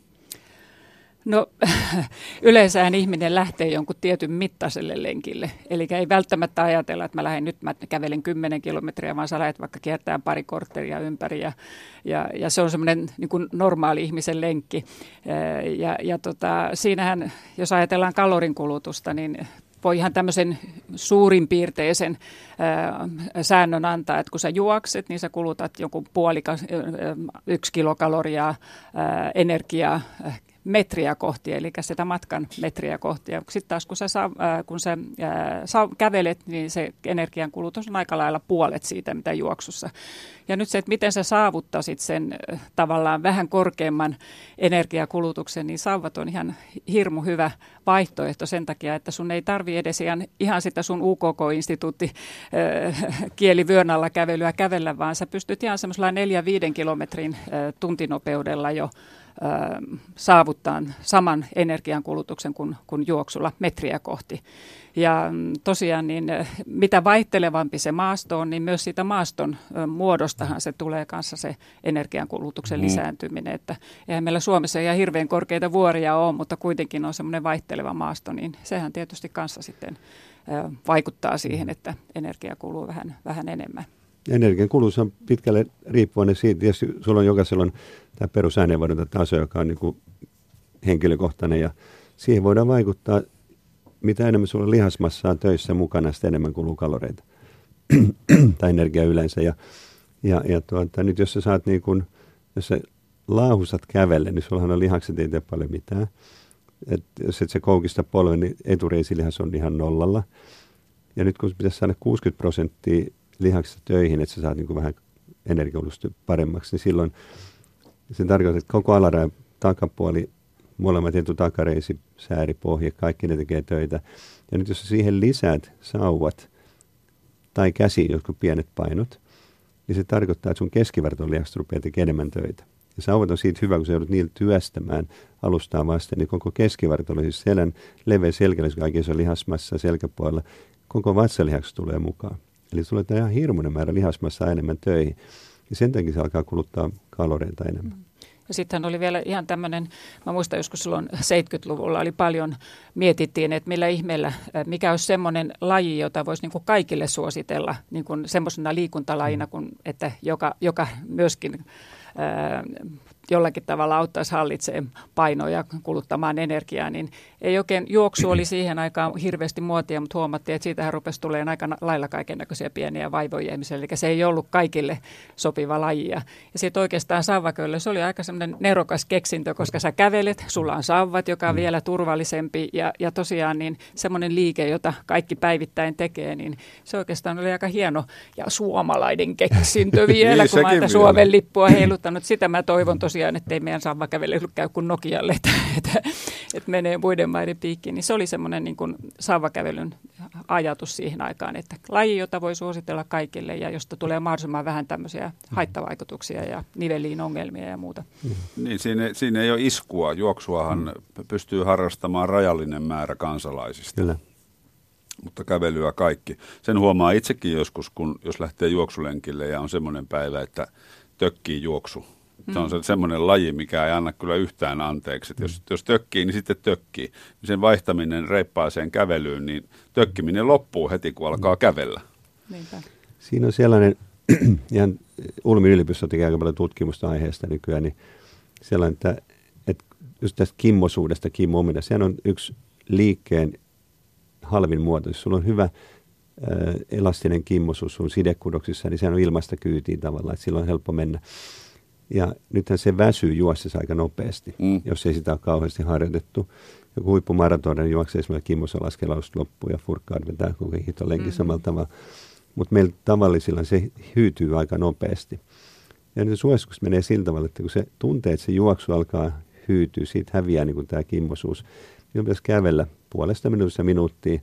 [SPEAKER 3] No yleensähän ihminen lähtee jonkun tietyn mittaiselle lenkille, eli ei välttämättä ajatella, että mä lähden nyt, mä kävelen kymmenen kilometriä, vaan sä lähdet vaikka kiertämään pari kortteria ympäri ja, ja, ja se on semmoinen niin kuin normaali ihmisen lenkki. Ja, ja tota, siinähän, jos ajatellaan kalorinkulutusta, niin voi ihan tämmöisen suurinpiirteisen ää, säännön antaa, että kun sä juokset, niin sä kulutat jonkun puolikas, ää, yksi kilokaloria ää, energiaa metriä kohti, eli sitä matkan metriä kohti. Ja sitten taas kun sä, saa, äh, kun sä äh, saa, kävelet, niin se energiankulutus on aika lailla puolet siitä, mitä juoksussa. Ja nyt se, että miten sä saavuttaisit sen äh, tavallaan vähän korkeamman energiakulutuksen, niin sauvat on ihan hirmu hyvä vaihtoehto sen takia, että sun ei tarvitse edes ihan, ihan sitä sun U K K-instituutti äh, kielivyön alla kävelyä kävellä, vaan sä pystyt ihan semmoisella neljän viiden kilometrin äh, tuntinopeudella jo saavuttaa saman energiankulutuksen kuin, kuin juoksulla metriä kohti. Ja tosiaan niin mitä vaihtelevampi se maasto on, niin myös siitä maaston muodostahan se tulee kanssa se energiankulutuksen mm. lisääntyminen. Että eihän meillä Suomessa ihan hirveän korkeita vuoria ole, mutta kuitenkin on semmoinen vaihteleva maasto, niin sehän tietysti kanssa sitten vaikuttaa siihen, että energia kuluu vähän, vähän enemmän.
[SPEAKER 4] Energian kulutus on pitkälle riippuvainen siitä, jos sulla on jokaisella on tämä perusääneenvaihdunta-taso, joka on niin kuin henkilökohtainen, ja siihen voidaan vaikuttaa, mitä enemmän sulla on lihasmassaa töissä mukana, sitä enemmän kuluu kaloreita tai energiaa yleensä. Ja, ja, ja tuota, nyt jos sä saat niin kuin, jos sä laahusat kävelle, niin sullahan on lihakset ei tee paljon mitään. Et jos et sä koukista polven, niin etureisilihas on ihan nollalla. Ja nyt kun pitäisi saada kuusikymmentä prosenttia lihaksista töihin, että sä saat niin kuin vähän energiankulutusta paremmaksi, niin silloin se tarkoittaa, että koko alaraja takapuoli, molemmat etutakareisi, sääri, pohja, kaikki ne tekee töitä. Ja nyt jos siihen lisäät sauvat tai käsiin jotkut pienet painot, niin se tarkoittaa, että sun keskivartalolihakset rupeaa tekemään enemmän töitä. Ja sauvat on siitä hyvä, kun sä joudut niillä työstämään alustaa vasten, niin koko keskivartalo, siis selän leveä selkälihas, kaikissa lihasmassa selkäpuolella, koko vatsalihakset tulee mukaan. Eli tulee ihan hirmuinen määrä lihasmassa enemmän töihin. Ja sen takia se alkaa kuluttaa kaloreita enemmän.
[SPEAKER 3] Ja sittenhän oli vielä ihan tämmöinen, mä muistan joskus silloin seitsemänkymmentäluvulla oli paljon, mietittiin, että millä ihmeellä, mikä olisi semmoinen laji, jota voisi niin kuin kaikille suositella niin kuin semmoisena liikuntalajina, kun, että joka, joka myöskin ää, jollakin tavalla auttaisi hallitsemaan painoa ja kuluttamaan energiaa, niin ei oikein, juoksu oli siihen aikaan hirveästi muotia, mutta huomattiin, että siitähän rupesi tulemaan aika lailla kaikennäköisiä pieniä vaivoja ihmisille, eli se ei ollut kaikille sopiva laji. Ja sitten oikeastaan sauvaköllä se oli aika semmoinen nerokas keksintö, koska sä kävelet, sulla on sauvat, joka on vielä turvallisempi, ja, ja tosiaan niin semmoinen liike, jota kaikki päivittäin tekee, niin se oikeastaan oli aika hieno ja suomalainen keksintö vielä,
[SPEAKER 2] niin,
[SPEAKER 3] kun mä tätä Suomen lippua heiluttanut. Sitä mä toivon tosiaan, että ei meidän sauvakävely käy kuin Nokialle, että, että, että menee muiden maiden piikkiin. Niin se oli semmoinen niin kuin sauvakävelyn ajatus siihen aikaan, että laji, jota voi suositella kaikille ja josta tulee mahdollisimman vähän tämmöisiä haittavaikutuksia ja niveliin ongelmia ja muuta.
[SPEAKER 2] Niin, siinä, siinä ei ole iskua. Juoksuahan mm. pystyy harrastamaan rajallinen määrä kansalaisista. Kyllä. Mutta kävelyä kaikki. Sen huomaa itsekin joskus, kun jos lähtee juoksulenkille ja on semmoinen päivä, että tökkii juoksu. Se on se, semmoinen laji, mikä ei anna kyllä yhtään anteeksi. Että jos, jos tökkii, niin sitten tökkii. Sen vaihtaminen reippaaseen kävelyyn, niin tökkiminen loppuu heti, kun alkaa kävellä.
[SPEAKER 3] Niinpä.
[SPEAKER 4] Siinä on sellainen, ihan Ulmin yliopisto tekee aika paljon tutkimusta aiheesta nykyään, niin sellainen, että, että just tästä kimmosuudesta, kimmo-omina, sehän on yksi liikkeen halvin muoto. Jos sulla on hyvä ä, elastinen kimmosuus sun sidekudoksissa, niin sehän on ilmasta kyytiin tavallaan, että silloin on helppo mennä. Ja nythän se väsyy juostessa aika nopeasti, mm. jos ei sitä ole kauheasti harjoitettu. Joku huippumaratoinen juoksee esimerkiksi kimmossa laskella loppuun ja furkkaat vetää koko hitolenkin mm. samalla tavalla. Mutta meillä tavallisilla se hyytyy aika nopeasti. Ja nyt suositukset menee sillä tavalla, että kun se tuntee, että se juoksu alkaa hyytyä, siitä häviää niin kuin tämä kimmosuus. Niin pitäisi kävellä puolesta minuutista minuuttia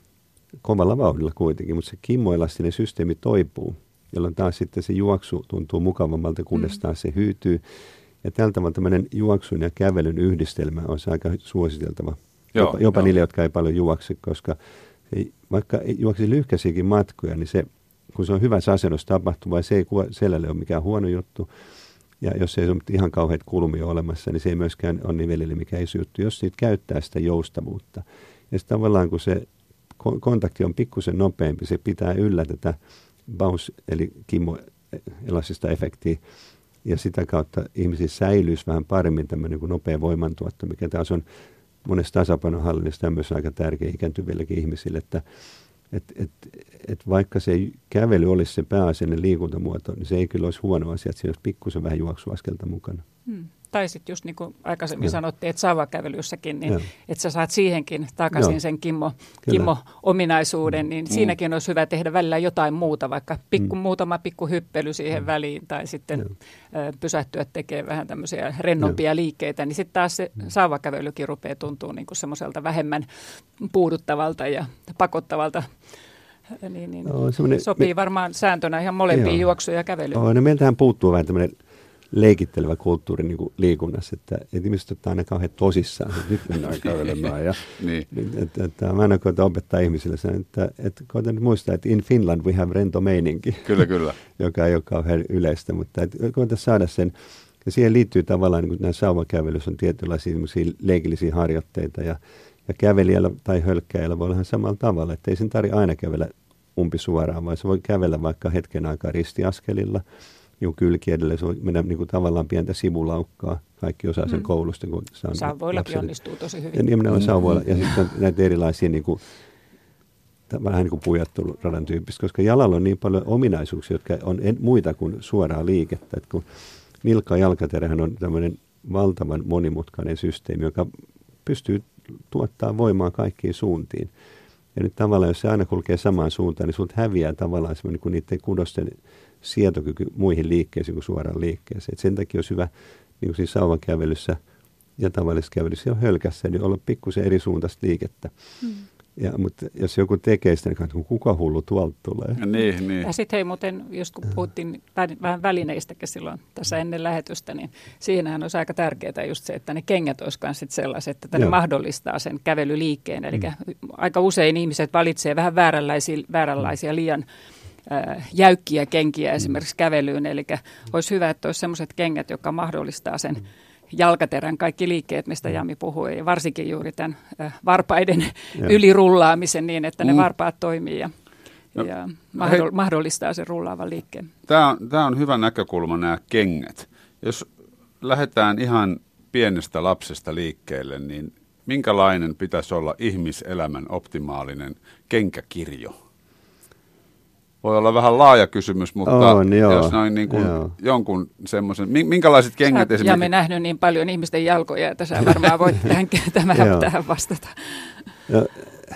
[SPEAKER 4] kovalla vauhdilla kuitenkin, mutta se kimmoelastinen systeemi toipuu, jolloin taas sitten se juoksu tuntuu mukavammalta, kunnes taas se hyytyy. Ja tällä tavalla tämmöinen juoksun ja kävelyn yhdistelmä on aika suositeltava. Joo, jopa jopa niille, jotka ei paljon juokse, koska se, vaikka juoksi lyhkäisiäkin matkoja, niin se, kun se on hyvässä asennossa tapahtuva, se ei selälle ole mikään huono juttu. Ja jos ei ole ihan kauheat kulmia olemassa, niin se ei myöskään ole nivelille mikään iso juttu, jos siitä käyttää sitä joustavuutta. Ja sitten tavallaan, kun se kontakti on pikkusen nopeampi, se pitää yllä tätä bounce, eli kimmo-elastista efektiä, ja sitä kautta ihmisissä säilyisi vähän paremmin tämmöinen kuin nopea voimantuotto, mikä taas on monessa tasapainohallinnassa tämmöisen aika tärkeä ikääntyvillekin ihmisille, että et, et, et vaikka se kävely olisi se pääasiallinen liikuntamuoto, niin se ei kyllä olisi huono asia, että siinä olisi pikkusen vähän juoksuaskelta mukana. Hmm.
[SPEAKER 3] Tai sitten just niin kuin aikaisemmin ja. sanottiin, että sauvakävelyssäkin, niin että sä saat siihenkin takaisin Joo. sen kimmo, kimmo-ominaisuuden, niin mm. siinäkin olisi hyvä tehdä välillä jotain muuta, vaikka pikku, mm. muutama pikku hyppely siihen mm. väliin, tai sitten Joo. pysähtyä tekemään vähän tämmöisiä rennompia Joo. liikkeitä, niin sitten taas se mm. sauvakävelykin rupeaa tuntua niin kuin semmoiselta vähemmän puuduttavalta ja pakottavalta. Niin, niin no, sopii me, varmaan sääntönä ihan molempiin juoksuja ja kävelyyn.
[SPEAKER 4] Oh, no meiltähän puuttuu vähän tämmöinen leikittelevä kulttuuri niin kuin liikunnassa, että, että ihmiset ottaa aina kauhean tosissaan, että nyt mennään kävelemään. Ja, niin. että, että, mä aina koitan opettaa ihmisille sen, että, että koitan nyt muistaa, että in Finland we have rento meininki,
[SPEAKER 2] kyllä, kyllä.
[SPEAKER 4] joka ei ole kauhean yleistä, mutta että koitan saada sen, ja siihen liittyy tavallaan, niin kuin nämä sauvakävelys on tietynlaisia leikillisiä harjoitteita, ja, ja kävelijällä tai hölkkäjällä voi olla ihan samalla tavalla, että ei sen tarvitse aina kävellä umpisuoraan, vaan se voi kävellä vaikka hetken aikaa ristiaskelilla, niin kylki edelle, se voi mennä niin kuin tavallaan pientä sivulaukkaa. Kaikki osaa sen mm. koulusta. Kun
[SPEAKER 3] sauvoillakin onnistuu tosi hyvin.
[SPEAKER 4] Ja nimenomaan sauvoilla. Ja sitten näitä erilaisia niin kuin, vähän niin kuin pujatteluradan tyyppistä, koska jalalla on niin paljon ominaisuuksia, jotka on en, muita kuin suoraa liikettä. Et kun nilkka- ja jalkaterähän on tämmöinen valtavan monimutkainen systeemi, joka pystyy tuottaa voimaa kaikkiin suuntiin. Ja nyt tavallaan, jos se aina kulkee samaan suuntaan, niin sulta häviää tavallaan semmoinen kuin niiden kudosten sietokyky muihin liikkeisiin kuin suoraan liikkeeseen. Et sen takia olisi hyvä, niin kuin siis sauvankävelyssä, ja tavallisessa kävelyssä on hölkässä, niin olla pikkusen eri suuntaista liikettä. Mm. Ja, mutta jos joku tekee sitä, niin kuka hullu tuolta tulee?
[SPEAKER 2] Ja, niin, niin.
[SPEAKER 3] Ja sitten hei muuten, just kun puhuttiin vähän välineistäkin silloin tässä ennen lähetystä, niin siinähän olisi aika tärkeää just se, että ne kengät olisi myös sellaiset, että ne mahdollistaa sen kävelyliikkeen. Eli mm. aika usein ihmiset valitsee vähän vääränlaisia, vääränlaisia liian äh, jäykkiä kenkiä esimerkiksi kävelyyn. Eli olisi hyvä, että olisi sellaiset kengät, jotka mahdollistaa sen mm. jalkaterän kaikki liikkeet, mistä Jami puhui, ja varsinkin juuri tämän äh, varpaiden ja. ylirullaamisen niin, että ne mm. varpaat toimii ja, no, ja mahdoll- mahdollistaa sen rullaavan liikkeen.
[SPEAKER 2] Tämä on, tämä on hyvä näkökulma, nämä kengät. Jos lähdetään ihan pienestä lapsesta liikkeelle, niin minkälainen pitäisi olla ihmiselämän optimaalinen kenkäkirjo? Voi olla vähän laaja kysymys, mutta
[SPEAKER 4] on,
[SPEAKER 2] jos noin niin kuin jonkun semmoisen, minkälaiset kengät
[SPEAKER 3] Sä,
[SPEAKER 2] esimerkiksi?
[SPEAKER 3] Ja me nähnyt niin paljon ihmisten jalkoja, että sä varmaan voit tähän, tähän, tähän vastata. No,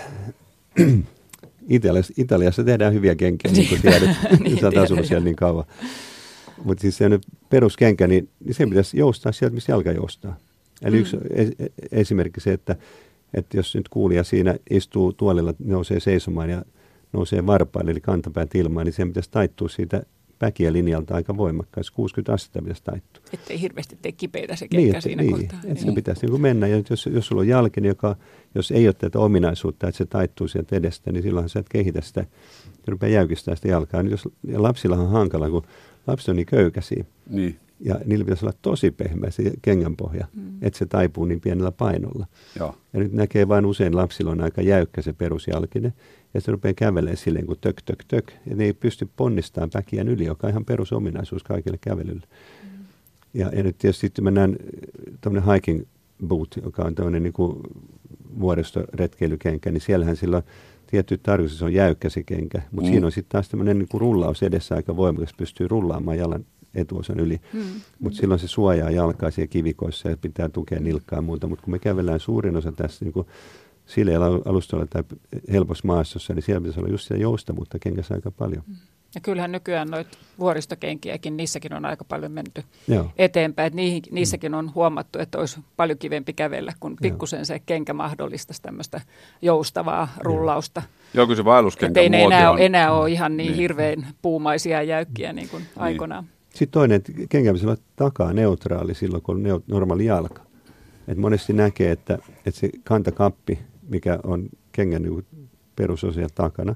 [SPEAKER 4] Italiassa, Italiassa tehdään hyviä kenkiä, niin kuin tiedät, niin, sä oot asunut siellä niin kauan. Mutta siis se peruskenkä, niin, niin sen pitäisi joustaa sieltä, missä jalka joustaa. Eli mm. yksi esimerkki se, että, että jos nyt kuulija siinä istuu tuolilla, nousee seisomaan ja nousee varpaille, eli kantapäät ilmaan, niin sen pitäisi taittua siitä päkiä linjalta aika voimakkaasti. kuusikymmentä astetta pitäisi taittua.
[SPEAKER 3] Että ei hirveästi tee kipeitä se kenkä niin, siinä
[SPEAKER 4] niin,
[SPEAKER 3] kohtaa.
[SPEAKER 4] Että niin. Se pitäisi niin kuin mennä. Ja jos, jos sulla on jalki, niin joka, jos ei ole tätä ominaisuutta, että se taittuu sieltä edestä, niin silloinhan sä et kehitä sitä ja rupeaa jäykistää sitä jalkaa. Niin jos, ja lapsillahan on hankala, kun lapsi on niin köykäisiä. Niin. Ja niillä pitäisi olla tosi pehmeä se kengänpohja, mm. että se taipuu niin pienellä painolla. Joo. Ja nyt näkee vain usein lapsilla on aika jäykkä se perusjalkinen. Ja se rupeaa kävelemään silleen kuin tök, tök, tök. Ja ne ei pysty ponnistamaan päkiän yli, joka on ihan perusominaisuus kaikille kävelylle. Mm. Ja, ja nyt tietysti sitten mennään tämmöinen hiking boot, joka on tämmöinen niin kuin vuoristoretkeilykenkä, niin siellähän sillä on tietty tarkoitus, se on jäykkä se kenkä. Mutta mm. siinä on sitten taas tämmöinen niin kuin rullaus edessä aika voimakas, pystyy rullaamaan jalan etuosan yli. Mm. Mutta silloin se suojaa jalkaa siellä kivikoissa ja pitää tukea nilkkaa ja muuta. Mutta kun me kävellään suurin osa tässä niin kuin sileällä alustalla tai helpossa maastossa, niin siellä pitäisi olla just sitä joustavuutta kenkässä aika paljon.
[SPEAKER 3] Ja kyllähän nykyään noita vuoristokenkiäkin, niissäkin on aika paljon menty Joo. eteenpäin. Niihin, niissäkin on huomattu, että olisi paljon kivempi kävellä, kun pikkusen se kenkä mahdollistaisi tämmöistä joustavaa rullausta.
[SPEAKER 2] Joo, kyllä se vaelluskenkä
[SPEAKER 3] muoti on. Enää, enää ole ihan niin, niin hirveän puumaisia ja jäykkiä niin kuin niin. aikoinaan.
[SPEAKER 4] Sitten toinen, että kenkä pitäisi olla takaa neutraali silloin, kun on normaali jalka. Et monesti näkee, että, että se kantakappi, mikä on kengän niin perusosia takana,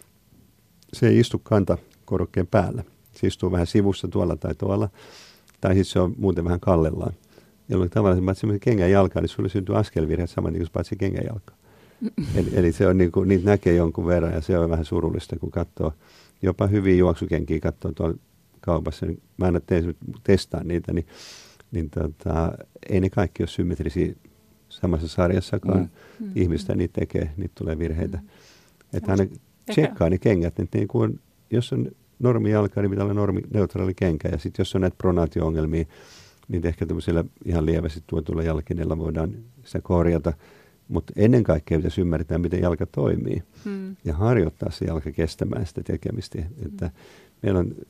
[SPEAKER 4] se ei istu kantakorokkeen päällä. Se istuu vähän sivussa tuolla tai tuolla, tai sitten se on muuten vähän kallellaan. Jolloin tavallaan se kengän jalka, niin sulle syntyy askelvirhe saman niin kuin paitsi kengän jalka. Eli, eli se on niin kuin, niitä näkee jonkun verran ja se on vähän surullista, kun katsoo jopa hyviä juoksukenkiä, katsoo tuolla kaupassa. Niin mä aina teen, testaan niitä, niin niin tota, ei ne kaikki ole symmetrisiä samassa sarjassakaan. Mm. Ihmistä niitä tekee, niitä tulee virheitä. Mm. Että aina tsekkaa ne kengät. Että niin kuin, jos on normi jalka, niin pitää olla normi, neutraali kenkä. Ja sitten jos on näitä pronaatio-ongelmia, niin ehkä tämmöisellä ihan lievästi tuotulla jalkineella voidaan sitä korjata. Mutta ennen kaikkea pitäisi ymmärtää, miten jalka toimii. Mm. Ja harjoittaa se jalka kestämään sitä tekemistä. Mm. Että meillä on...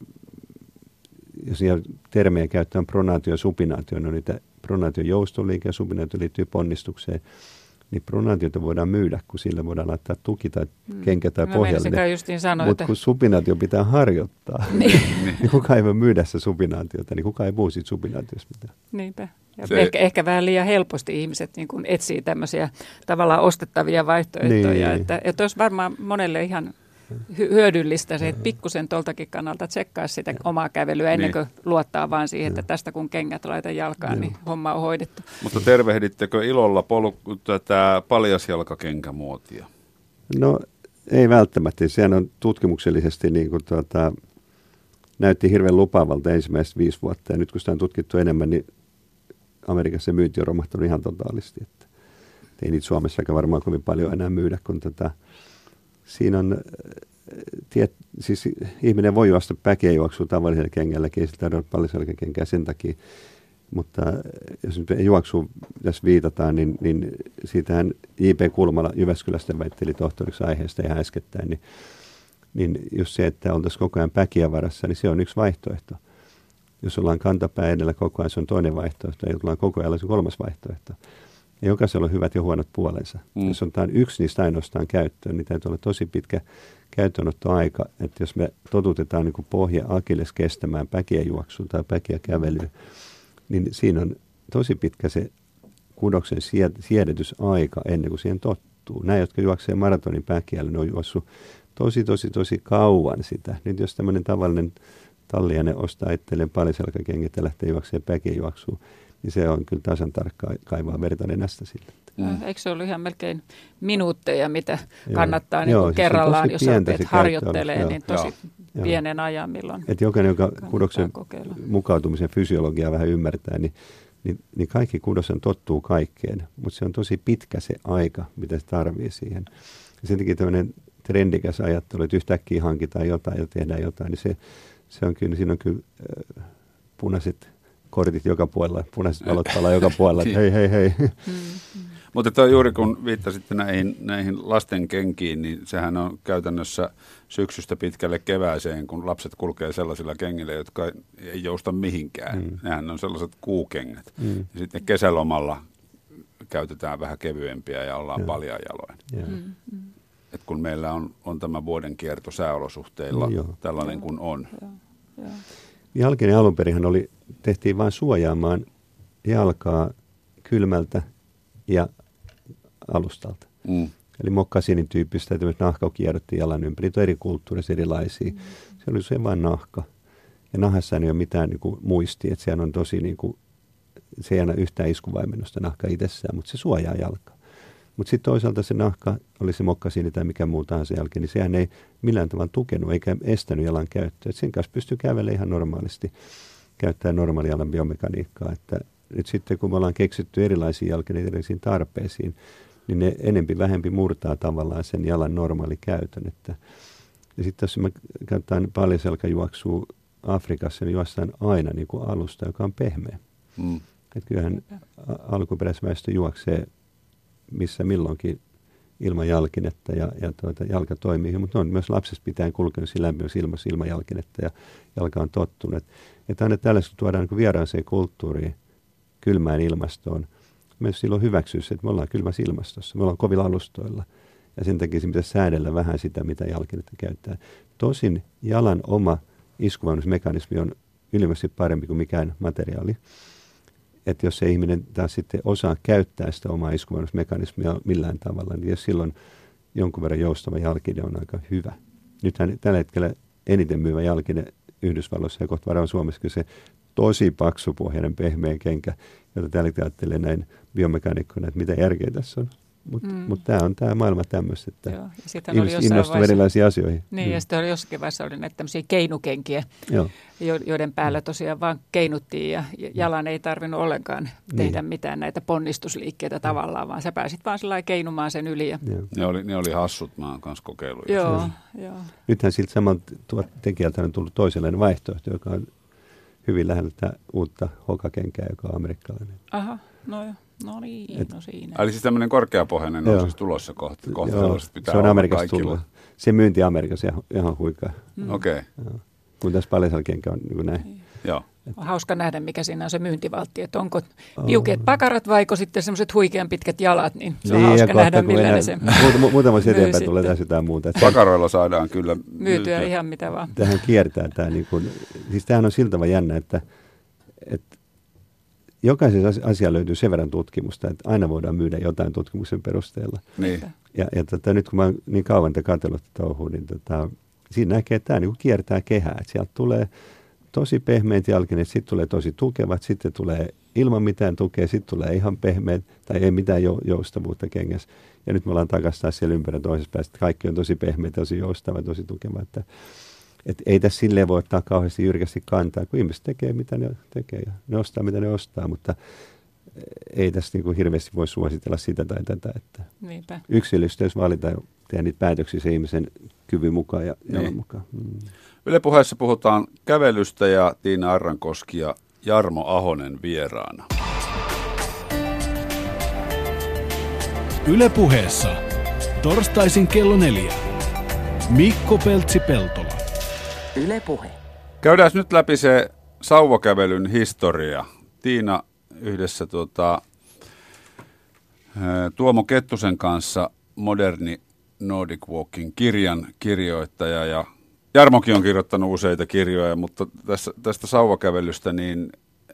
[SPEAKER 4] Jos ihan termejä käyttää pronaatio ja supinaatio, no niitä pronaation joustoliike ja supinaatio liittyy ponnistukseen, niin pronaatiota voidaan myydä, kun sillä voidaan laittaa tuki tai mm. kenkä tai no, pohjallinen. Mutta kun supinaatio pitää harjoittaa, niin. niin kukaan ei voi myydä sitä supinaatiota, niin kukaan ei puhu siitä supinaatiosta mitään.
[SPEAKER 3] Niinpä. Ja ehkä, ehkä vähän liian helposti ihmiset niin kun etsii tämmöisiä tavallaan ostettavia vaihtoehtoja, niin. että, että olisi varmaan monelle ihan... hyödyllistä se, että pikkusen tuoltakin kannalta tsekkaa sitä omaa kävelyä ennen kuin niin. luottaa vaan siihen, että tästä kun kengät laitan jalkaan, Joo. niin homma on hoidettu.
[SPEAKER 2] Mutta tervehdittekö ilolla pol- tätä paljasjalkakenkämuotia?
[SPEAKER 4] No ei välttämättä. Sehän on tutkimuksellisesti niin kuin tuota, näytti hirveän lupaavalta ensimmäiset viisi vuotta. Ja nyt kun sitä on tutkittu enemmän, niin Amerikassa se myynti on romahtanut ihan totaalisti. Että ei niitä Suomessakaan varmaan kovin paljon enää myydä, kun tätä siinä on, tiet, siis ihminen voi juosta päkeä juoksua tavallisella kengälläkin, ei sitä ole paljasjalkakenkää sen takia, mutta jos nyt juoksuun tässä viitataan, niin, niin siitähän J P Kulmala Jyväskylästä väitteli tohtoriksi aiheesta ihan äskettäin, niin, niin jos se, että oltaisiin koko ajan päkiä varassa, niin se on yksi vaihtoehto. Jos ollaan kantapää edellä koko ajan, se on toinen vaihtoehto, ja ollaan koko ajan, se on kolmas vaihtoehto. Ja jokaisella on hyvät ja huonot puolensa. Mm. Jos otetaan yksi niistä ainoastaan käyttöön, niin täytyy olla tosi pitkä käyttöönottoaika, että jos me totutetaan niin kuin pohja akilles kestämään päkiä juoksua tai päkiä kävelyä, niin siinä on tosi pitkä se kudoksen siedätysaika ennen kuin siihen tottuu. Nämä, jotka juoksee maratonin päkiällä, ne on juossut tosi, tosi, tosi kauan sitä. Nyt jos tämmöinen tavallinen talliainen ostaa itselleen paliselkäkengät ja lähtee juokseen päkiä juoksuun, niin se on kyllä tasan tarkkaa kaivaa verta nenästä sille.
[SPEAKER 3] Mm. Eikö se ollut ihan melkein minuutteja, mitä kannattaa niin joo, kerrallaan, jos olet harjoittelee, niin tosi joo. pienen ajan, milloin
[SPEAKER 4] et jokainen, joka kudoksen kokeilla. Mukautumisen fysiologiaa vähän ymmärtää, niin, niin, niin kaikki kudosen tottuu kaikkeen, mutta se on tosi pitkä se aika, mitä se tarvii siihen. Ja sen takia tämmöinen trendikäs ajattelu, että yhtäkkiä hankitaan jotain ja tehdään jotain, niin se, se on kyllä, siinä on kyllä äh, punaiset kortit joka puolella, punaiset valot palaa joka puolella, että hei, hei, hei.
[SPEAKER 3] Mm-hmm.
[SPEAKER 2] Mutta toi juuri kun viittasitte näihin, näihin lasten kenkiin, niin sehän on käytännössä syksystä pitkälle kevääseen, kun lapset kulkee sellaisilla kengillä, jotka ei jousta mihinkään. Mm. Nehän on sellaiset kuukengät. Mm. Ja sitten kesälomalla käytetään vähän kevyempiä ja ollaan paljain jaloin. Yeah. Mm. Et kun meillä on, on tämä vuoden kierto sääolosuhteilla no, tällainen kuin on. Joo. Joo.
[SPEAKER 4] Jalkinen alunperinhän oli, tehtiin vain suojaamaan jalkaa kylmältä ja alustalta. Mm. Eli mokkasinin tyyppistä, että nahka kierrottiin jalan ympäri. Niitä on eri kulttuurissa erilaisia. Mm. Se oli se vain nahka. Ja nahassa ei ole mitään niin kuin, muistia, että sehän on tosi, niin kuin, se ei anna yhtään iskuvaimennosta nahka itsessään, mutta se suojaa jalkaa. Mutta sitten toisaalta se nahka, oli se mokkasini tai mikä muu tahansa jälkeen, niin sehän ei millään tavalla tukenut eikä estänyt jalan käyttöä. Et sen kanssa pystyy kävelemään ihan normaalisti, käyttää normaali jalan biomekaniikkaa. Että nyt sitten kun me ollaan keksitty erilaisia jalkeita erilaisiin tarpeisiin, niin ne enempi vähempi murtaa tavallaan sen jalan normaali käytön. Että, ja sitten jos me käytetään paljon selkäjuoksua Afrikassa, niin juostaan aina niin kuin alusta, joka on pehmeä. Mm. Että kyllähän alkuperäisväestö juoksee missä milloinkin ilman jalkinetta ja, ja tuota, jalka toimii. Mutta on myös lapsesta pitäen kulkenut sillä lämpimässä ilmassa ilman jalkinetta ja jalka on tottunut. Että aina tällaista tuodaan niin vieraaseen kulttuuriin, kylmään ilmastoon. Me silloin hyväksyy se, että me ollaan kylmässä ilmastossa, me ollaan kovilla alustoilla. Ja sen takia se pitäisi säädellä vähän sitä, mitä jalkinetta käyttää. Tosin jalan oma iskuvainnusmekanismi on ilmeisesti parempi kuin mikään materiaali. Että jos se ihminen taas sitten osaa käyttää sitä omaa iskuvainnusmekanismia millään tavalla, niin jos silloin jonkun verran joustava jalkine on aika hyvä. Nythän tällä hetkellä eniten myyvä jalkine Yhdysvalloissa ja kohta varmaan Suomessa se tosi paksupohjainen pehmeä kenkä, jota täällä ajattelee näin biomekaniikkona, että mitä järkeä tässä on. Mutta mm. mut tämä on tämä maailma tämmöistä, että joo, ihmiset innostuu erilaisiin asioihin.
[SPEAKER 3] Niin, mm. ja sitten oli jossakin vaiheessa oli näitä tämmöisiä keinukenkiä, joo. joiden päällä tosiaan vaan keinuttiin ja jalan ei tarvinnut ollenkaan tehdä niin. mitään näitä ponnistusliikkeitä mm. tavallaan, vaan sä pääsit vaan sellainen keinumaan sen yli. Ja
[SPEAKER 2] ne, oli, ne oli hassut, mä oon kanssa kokeillut.
[SPEAKER 3] Joo, joo.
[SPEAKER 4] Nythän siltä samalta tekijältä on tullut toisenlainen vaihtoehto, joka on hyvin lähellä tätä uutta hokakenkää, joka on amerikkalainen.
[SPEAKER 3] Aha, no joo. No niin, Et, no siinä.
[SPEAKER 2] Eli siis tämmöinen korkeapohjainen on siis tulossa kohta. kohta
[SPEAKER 4] joo, pitää se on Amerikasta tullut. Se myynti Amerikassa ihan, ihan huikaa.
[SPEAKER 2] Mm. Okei. Okay.
[SPEAKER 4] Kun tässä paliselkenkä on niin kuin näin.
[SPEAKER 3] Niin. Joo. On hauska nähdä, mikä siinä on se myyntivaltti, että onko piukeat pakarat vaiko sitten semmoiset huikean pitkät jalat, niin se on niin, hauska nähdä, millä ne sen
[SPEAKER 4] mu- Muutama vuosi eteenpäin tulee tässä jotain muuta.
[SPEAKER 2] Pakaroilla saadaan kyllä
[SPEAKER 3] myytyä. Myytyä ihan mitä vaan.
[SPEAKER 4] Tähän kiertää tämä, niin kuin, siis tämähän on siltä vaan jännä, että, että jokaisessa asiassa löytyy sen verran tutkimusta, että aina voidaan myydä jotain tutkimuksen perusteella.
[SPEAKER 2] Niin.
[SPEAKER 4] Ja, ja tota, nyt kun mä oon niin kauan tätä katsellut touhuun, niin tota, siinä näkee, että tämä niin kuin kiertää kehää. Että sieltä tulee tosi pehmeät jalkineet, sitten tulee tosi tukevat, sitten tulee ilman mitään tukea, sitten tulee ihan pehmeät tai ei mitään joustavuutta kengässä. Ja nyt me ollaan takaisin taas siellä ympärillä toisessa päästä, että kaikki on tosi pehmeät, tosi joustava, tosi tukeva. Että, että ei tässä silleen voi ottaa kauheasti jyrkästi kantaa, kun ihmiset tekee mitä ne tekee ja ne ostaa mitä ne ostaa, mutta ei tässä niin kuin hirveästi voi suositella sitä tai tätä. Että yksilöstä, jos valitaan tehdä niitä päätöksiä se ihmisen kyvyn mukaan ja jalan niin. mukaan. Mm.
[SPEAKER 2] Yle Puheessa puhutaan kävelystä ja Tiina Arrankoski ja Jarmo Ahonen vieraana.
[SPEAKER 5] Yle Puheessa torstaisin kello neljä. Mikko Peltsi-Peltola.
[SPEAKER 1] Yle Puhe.
[SPEAKER 2] Käydään nyt läpi se sauvakävelyn historia. Tiina yhdessä tuota, Tuomo Kettusen kanssa Moderni Nordic Walking kirjan kirjoittaja ja Jarmokin on kirjoittanut useita kirjoja, mutta tästä, tästä sauvakävelystä, niin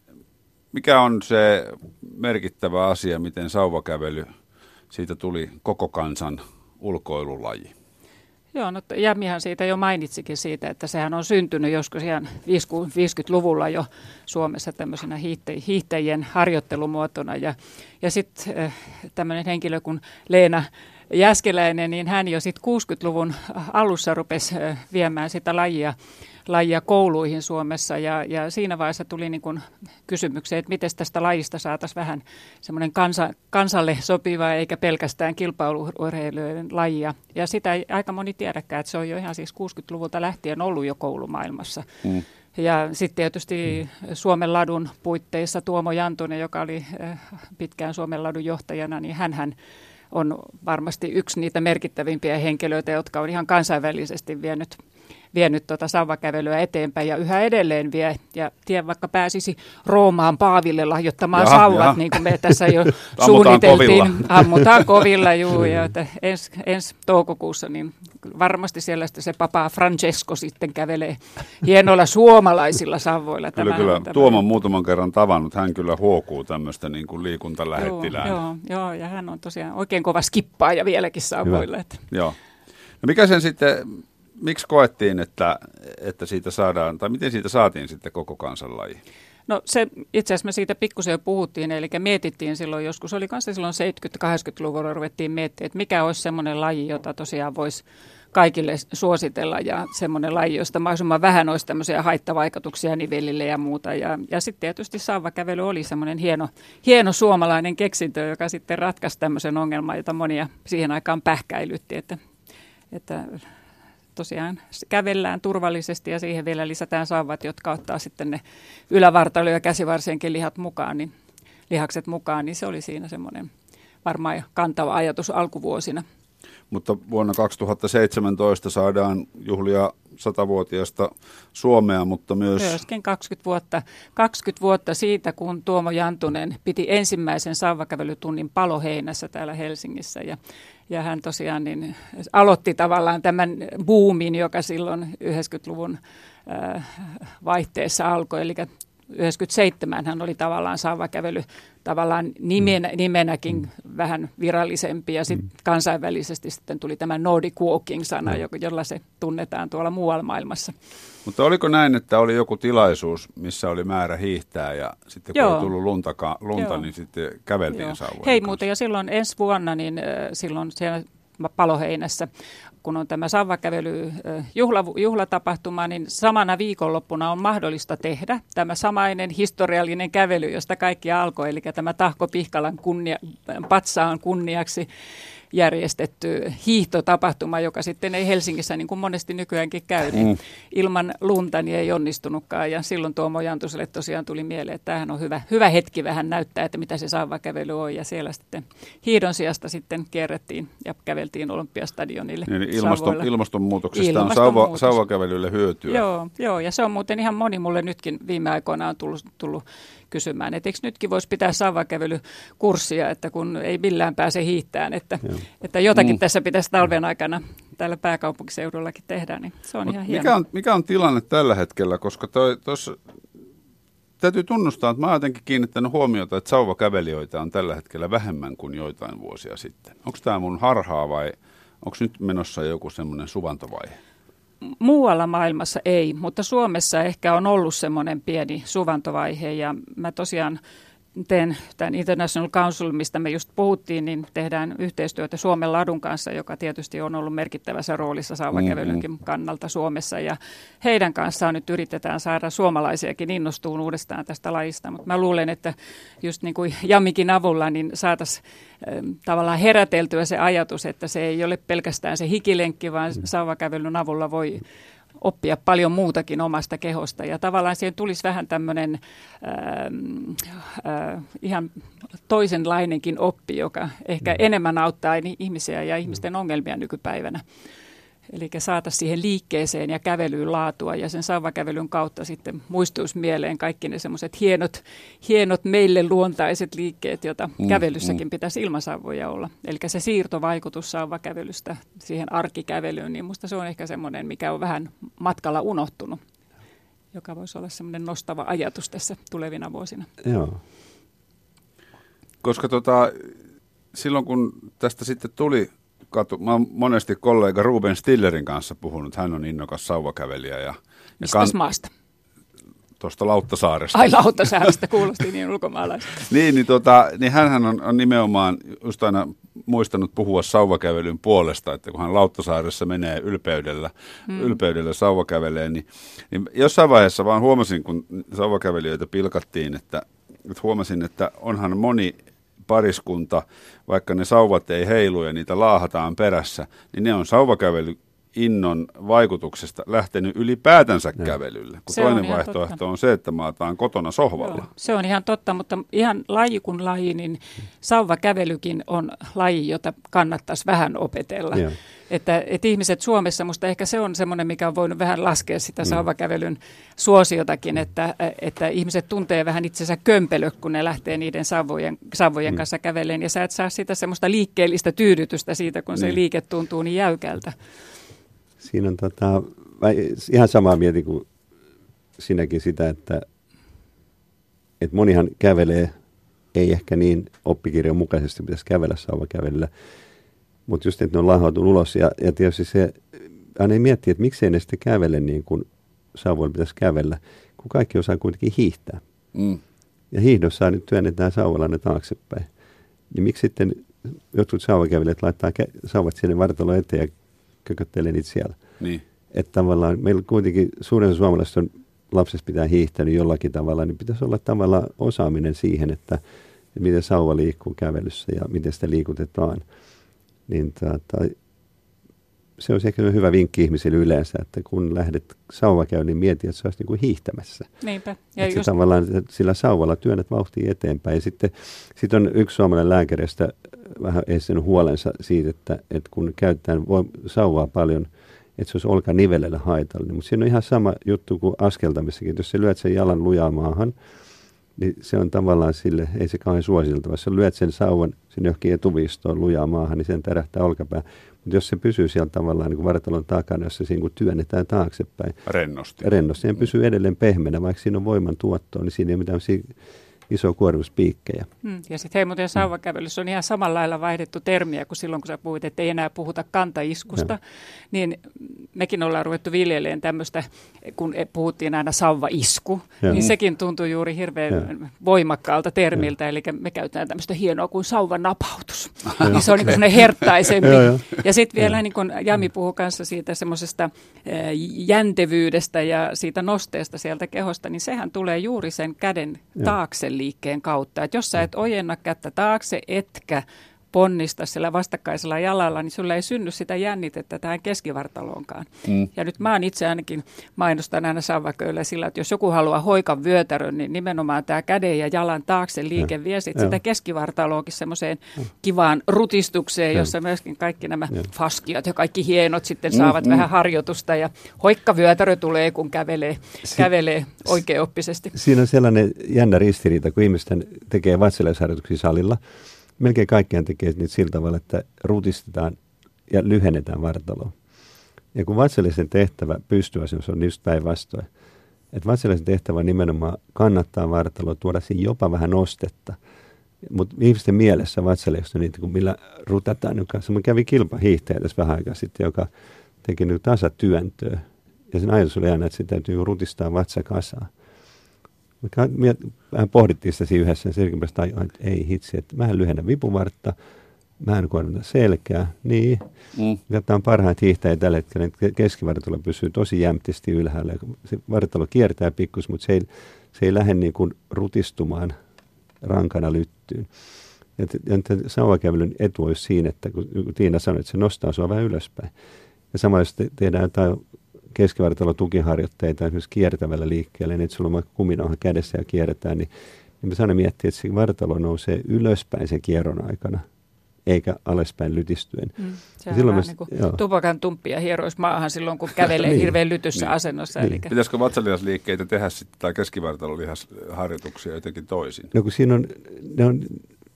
[SPEAKER 2] mikä on se merkittävä asia, miten sauvakävely, siitä tuli koko kansan ulkoilulaji?
[SPEAKER 3] Joo, no Jämmihän siitä jo mainitsikin siitä, että sehän on syntynyt joskus ihan viisikymmentäluvulla jo Suomessa tämmöisenä hiihte- hiihtäjien harjoittelumuotona. Ja, ja sitten äh, tämmöinen henkilö kuin Leena Jäskeläinen, niin hän jo sitten kuusikymmentäluvun alussa rupesi äh, viemään sitä lajia, lajia kouluihin Suomessa. Ja, ja siinä vaiheessa tuli niin kun kysymykseen, että miten tästä lajista saataisiin vähän semmoinen kansa, kansalle sopiva eikä pelkästään kilpailuurheilijoiden lajia. Ja sitä ei aika moni tiedäkään, että se on jo ihan siis kuusikymmentäluvulta lähtien ollut jo koulumaailmassa. Mm. Ja sitten tietysti Suomen ladun puitteissa Tuomo Jantunen, joka oli pitkään Suomen ladun johtajana, niin hänhän on varmasti yksi niitä merkittävimpiä henkilöitä, jotka on ihan kansainvälisesti vienyt vienyt tuota sauvakävelyä eteenpäin ja yhä edelleen vie. Ja tien vaikka pääsisi Roomaan Paaville lahjoittamaan jaha, sauvat, jaha. Niin kuin me tässä jo suunniteltiin.
[SPEAKER 2] Kovilla.
[SPEAKER 3] Ammutaan kovilla, juu. Ja ensi ens toukokuussa niin varmasti siellä se Papa Francesco sitten kävelee hienoilla suomalaisilla sauvoilla.
[SPEAKER 2] Kyllä, tämä, kyllä. Tämä. Tuomo on muutaman kerran tavannut. Hän kyllä huokuu tämmöistä niin kuin liikuntalähettilään.
[SPEAKER 3] Joo, joo, joo, ja hän on tosiaan oikein kova skippaaja vieläkin sauvoilla.
[SPEAKER 2] Joo. No mikä sen sitten... Miksi koettiin, että, että siitä saadaan, tai miten siitä saatiin sitten koko kansanlaji?
[SPEAKER 3] No se, itse asiassa me siitä pikkusen jo puhuttiin, eli mietittiin silloin joskus, oli kanssa silloin seitsemänkymmentä-kahdeksankymmentäluvulla ruvettiin miettimään, että mikä olisi semmoinen laji, jota tosiaan voisi kaikille suositella ja semmoinen laji, josta mahdollisimman vähän olisi tämmöisiä haittavaikutuksia nivelille ja muuta. Ja, ja sitten tietysti sauvakävely oli semmoinen hieno, hieno suomalainen keksintö, joka sitten ratkaisi tämmöisen ongelman, jota monia siihen aikaan pähkäilytti, että, että tosiaan kävellään turvallisesti ja siihen vielä lisätään sauvat, jotka ottaa sitten ne ylävartalo- ja käsivarsienkin lihat mukaan, niin, lihakset mukaan, niin se oli siinä semmoinen varmaan kantava ajatus alkuvuosina.
[SPEAKER 2] Mutta vuonna kaksituhattaseitsemäntoista saadaan juhlia satavuotiaasta Suomea, mutta myös...
[SPEAKER 3] Myöskin kaksikymmentä vuotta, kaksikymmentä vuotta siitä, kun Tuomo Jantunen piti ensimmäisen sauvakävelytunnin Paloheinässä täällä Helsingissä. Ja, ja hän tosiaan niin aloitti tavallaan tämän buumin, joka silloin yhdeksänkymmentäluvun äh, vaihteessa alkoi. Eli yhdeksänkymmentäseitsemän hän oli tavallaan sauvakävely tavallaan nimenä, nimenäkin mm. vähän virallisempi ja sitten mm. kansainvälisesti sitten tuli tämä Nordic Walking-sana, mm. jolla se tunnetaan tuolla muualla maailmassa.
[SPEAKER 2] Mutta oliko näin, että oli joku tilaisuus, missä oli määrä hiihtää ja sitten kun Joo. oli tullut lunta, lunta niin sitten käveltiin sauvojen
[SPEAKER 3] Hei
[SPEAKER 2] kanssa.
[SPEAKER 3] muuten ja silloin ensi vuonna, niin äh, silloin siellä Paloheinässä, kun on tämä sauvakävely juhla, juhlatapahtuma, niin samana viikonloppuna on mahdollista tehdä tämä samainen historiallinen kävely, josta kaikki alkoi, eli tämä Tahko Pihkalan kunnia, patsaan kunniaksi järjestetty hiihtotapahtuma, joka sitten ei Helsingissä, niin kuin monesti nykyäänkin käy, niin mm. ilman lunta niin ei onnistunutkaan. Ja silloin Tuomo Jantuselle tosiaan tuli mieleen, että tämähän on hyvä, hyvä hetki vähän näyttää, että mitä se sauvakävely on. Ja siellä sitten hiidon sijasta sitten kierrettiin ja käveltiin Olympiastadionille.
[SPEAKER 2] Niin, ilmaston, ilmastonmuutoksesta on sauva, sauvakävelylle hyötyä.
[SPEAKER 3] Joo, joo, ja se on muuten ihan moni mulle nytkin viime aikoina on tullut, tullut kysymään, että eikö nytkin voisi pitää sauvakävelykurssia, että kun ei millään pääse hiihtään, että, että jotakin mm. tässä pitäisi talven aikana täällä pääkaupunkiseudullakin tehdä, niin se on Mut ihan hienoa.
[SPEAKER 2] Mikä on, mikä on tilanne tällä hetkellä, koska tuossa täytyy tunnustaa, että mä oon jotenkin kiinnittänyt huomiota, että sauvakävelijöitä on tällä hetkellä vähemmän kuin joitain vuosia sitten. Onko tämä mun harhaa vai onko nyt menossa joku semmoinen suvantovaihe?
[SPEAKER 3] Muualla maailmassa ei, mutta Suomessa ehkä on ollut semmoinen pieni suvantovaihe ja mä tosiaan teen tämän International Council, mistä me just puhuttiin, niin tehdään yhteistyötä Suomen ladun kanssa, joka tietysti on ollut merkittävässä roolissa sauvakävelynkin mm-hmm. kannalta Suomessa. Ja heidän kanssaan nyt yritetään saada suomalaisiakin innostuun uudestaan tästä lajista, mutta mä luulen, että just niin kuin Jammikin avulla, niin saataisiin äh, tavallaan heräteltyä se ajatus, että se ei ole pelkästään se hikilenkki, vaan mm-hmm. sauvakävelyn avulla voi oppia paljon muutakin omasta kehosta. Ja tavallaan siihen tulisi vähän tämmöinen äh, äh, ihan toisenlainenkin oppi, joka ehkä mm. enemmän auttaa ihmisiä ja ihmisten ongelmia nykypäivänä. Eli saataisiin siihen liikkeeseen ja kävelyyn laatua ja sen sauvakävelyn kautta sitten muistuisi mieleen kaikki ne semmoiset hienot, hienot meille luontaiset liikkeet, joita mm, kävelyssäkin mm. pitäisi ilmasauvoja olla. Eli se siirtovaikutus sauvakävelystä siihen arkikävelyyn, niin musta se on ehkä semmoinen, mikä on vähän matkalla unohtunut, joka voisi olla semmoinen nostava ajatus tässä tulevina vuosina.
[SPEAKER 4] Joo.
[SPEAKER 2] Koska tota, silloin kun tästä sitten tuli katu, mä oon monesti kollega Ruben Stillerin kanssa puhunut, hän on innokas sauvakävelijä. Ja,
[SPEAKER 3] Mistäs ja kan... maasta?
[SPEAKER 2] Tuosta Lauttasaaresta.
[SPEAKER 3] Ai Lauttasaaresta, kuulosti niin ulkomaalaiselta.
[SPEAKER 2] niin, niin, tota, niin hänhän on, on nimenomaan just aina muistanut puhua sauvakävelyn puolesta, että kun hän Lauttasaaressa menee ylpeydellä, hmm. ylpeydellä sauvakävelee, niin, niin jossain vaiheessa vaan huomasin, kun sauvakävelijöitä pilkattiin, että, että huomasin, että onhan moni pariskunta, vaikka ne sauvat ei heilu ja niitä laahataan perässä, niin ne on sauvakävely innon vaikutuksesta lähtenyt ylipäätänsä ja. kävelylle. Kun toinen on vaihtoehto totta. on se, että maataan kotona sohvalla.
[SPEAKER 3] Joo, se on ihan totta, mutta ihan laji kuin laji, niin sauvakävelykin on laji, jota kannattaisi vähän opetella. Joo. Että, että ihmiset Suomessa, musta ehkä se on semmoinen, mikä on voinut vähän laskea sitä sauvakävelyn suosiotakin, että, että ihmiset tuntee vähän itsensä kömpelö, kun ne lähtee niiden sauvojen, sauvojen kanssa käveleen. Ja sä et saa sitä semmoista liikkeellistä tyydytystä siitä, kun se niin. liike tuntuu niin jäykältä.
[SPEAKER 4] Siinä on tota, ihan samaa mieltä kuin sinäkin sitä, että, että monihan kävelee, ei ehkä niin oppikirjan mukaisesti pitäisi kävellä sauvakävelyllä, mutta just, että ne on lahautunut ulos ja, ja tietysti se, aina miettii, että miksei ne sitten kävele niin kuin sauvoilla pitäisi kävellä, kun kaikki osaa kuitenkin hiihtää. Mm. Ja hiihdossa nyt työnnetään sauvalla ne taaksepäin. Niin miksi sitten jotkut sauvakävelijät laittaa sauvat sinne vartaloon eteen ja kököttelee niitä siellä.
[SPEAKER 2] Niin.
[SPEAKER 4] Että tavallaan meillä kuitenkin suurin osa suomalaiset on lapsesta pitää hiihtänyt jollakin tavalla, niin pitäisi olla tavallaan osaaminen siihen, että, että miten sauva liikkuu kävelyssä ja miten sitä liikutetaan. Niin tata, se on ehkä hyvä vinkki ihmisille yleensä, että kun lähdet sauvakäyyn, niin mieti, että sä olisit niin kuin hiihtämässä.
[SPEAKER 3] Niinpä.
[SPEAKER 4] Ja just... tavallaan sillä sauvalla työnnät vauhtia eteenpäin. Ja sitten sit on yksi suomalainen lääkäristä vähän esittänyt huolensa siitä, että, että kun käytetään voi, sauvaa paljon, että se olisi olkanivelellä haitallinen. Mutta siinä on ihan sama juttu kuin askeltamissakin. Että jos sä lyöt sen jalan lujaa maahan, niin se on tavallaan sille, ei se kauhean suosilta, jos sä lyöt sen sauvan sinne johonkin etuviistoon lujaa maahan, niin sen tärähtää olkapää. Mutta jos se pysyy siellä tavallaan niin kuin vartalon takana, jos se siinä työnnetään taaksepäin.
[SPEAKER 2] Rennosti.
[SPEAKER 4] Rennosti. Ja pysyy edelleen pehmeänä, vaikka siinä on voiman tuottoa, niin siinä ei ole mitään isoja kuormuspiikkejä.
[SPEAKER 3] Hmm. Ja sitten heimuteen sauvakävelyssä on ihan samalla lailla vaihdettu termiä kuin silloin, kun sä puhuit, että ei enää puhuta kantaiskusta. Ja. Niin mekin ollaan ruvettu viljelemään tämmöistä, kun puhuttiin aina sauvaisku, ja. niin sekin tuntuu juuri hirveän ja. voimakkaalta termiltä. Ja. Eli me käytetään tämmöistä hienoa kuin sauvanapautus. Niin se on niin kuin herttaisempi. Ja, ja. ja sitten vielä, ja. niin kuin Jami puhui kanssa siitä semmoisesta jäntevyydestä ja siitä nosteesta sieltä kehosta, niin sehän tulee juuri sen käden ja. taakse liikkeen kautta. Että jos sä et ojenna kättä taakse, etkä ponnista sillä vastakkaisella jalalla, niin sulla ei synny sitä jännitettä tähän keskivartaloonkaan. Mm. Ja nyt mä oon itse ainakin mainostan aina sauvaköillä sillä, että jos joku haluaa hoikan vyötärön, niin nimenomaan tämä käden ja jalan taakse liike ja. vie sit sitä keskivartaloonkin semmoiseen kivaan rutistukseen, jossa myöskin kaikki nämä ja. faskiat ja kaikki hienot sitten mm, saavat mm. vähän harjoitusta ja hoikkavyötärö tulee, kun kävelee, si- kävelee oikeaoppisesti.
[SPEAKER 4] Siinä on sellainen jännä ristiriita, kun ihmisten tekee vatsallisharjoituksia salilla. Melkein kaikkiaan tekee niitä sillä tavalla, että rutistetaan ja lyhennetään vartaloa. Ja kun vatsallisen tehtävä pystyasennus on just päinvastoin, että vatsallisen tehtävä nimenomaan kannattaa vartaloa, tuoda siinä jopa vähän nostetta. Mutta ihmisten mielessä vatsallisuus on niitä, kun millä rutataan, joka se kävi kilpahiihtäjä tässä vähän aikaa sitten, joka teki nyt tasatyöntöä. Ja sen ajatus oli aina, että se täytyy rutistaa vatsakasaan. Vähän pohdittiin sitä siinä yhdessä, ja selkeästi tajuin, että ei hitsi, että mähän lyhennän vipuvartta, mähän kuormitan selkää, niin. Mm. Tämä on parhaat hiihtäjät tällä hetkellä, että keskivartalo pysyy tosi jämptisti ylhäällä. Se vartalo kiertää pikkus, mutta se ei, se ei lähde niin kuin rutistumaan rankana lyttyyn. Ja, ja sauvakävelyn etu olisi siinä, että kun Tiina sanoi, että se nostaa sua vähän ylöspäin. Ja samalla jos te, tehdään jotain keskivartalon tukiharjoitteita esimerkiksi kiertävällä liikkeellä, niin että sulla on vaikka kuminauha kädessä ja kierretään, niin, niin me saadaan miettiä, että se vartalo nousee ylöspäin sen kierron aikana. eikä alaspäin lytistyen.
[SPEAKER 3] Mm. Sehän on vähän niin kuin tupakan tumppia hieroisi maahan silloin, kun kävelee niin. hirveän lytyssä niin. asennossa.
[SPEAKER 2] Niin. Pitäisikö vatsalihasliikkeitä tehdä sitten tai keskivartalolihasharjoituksia jotenkin toisin?
[SPEAKER 4] No kun siinä on, ne on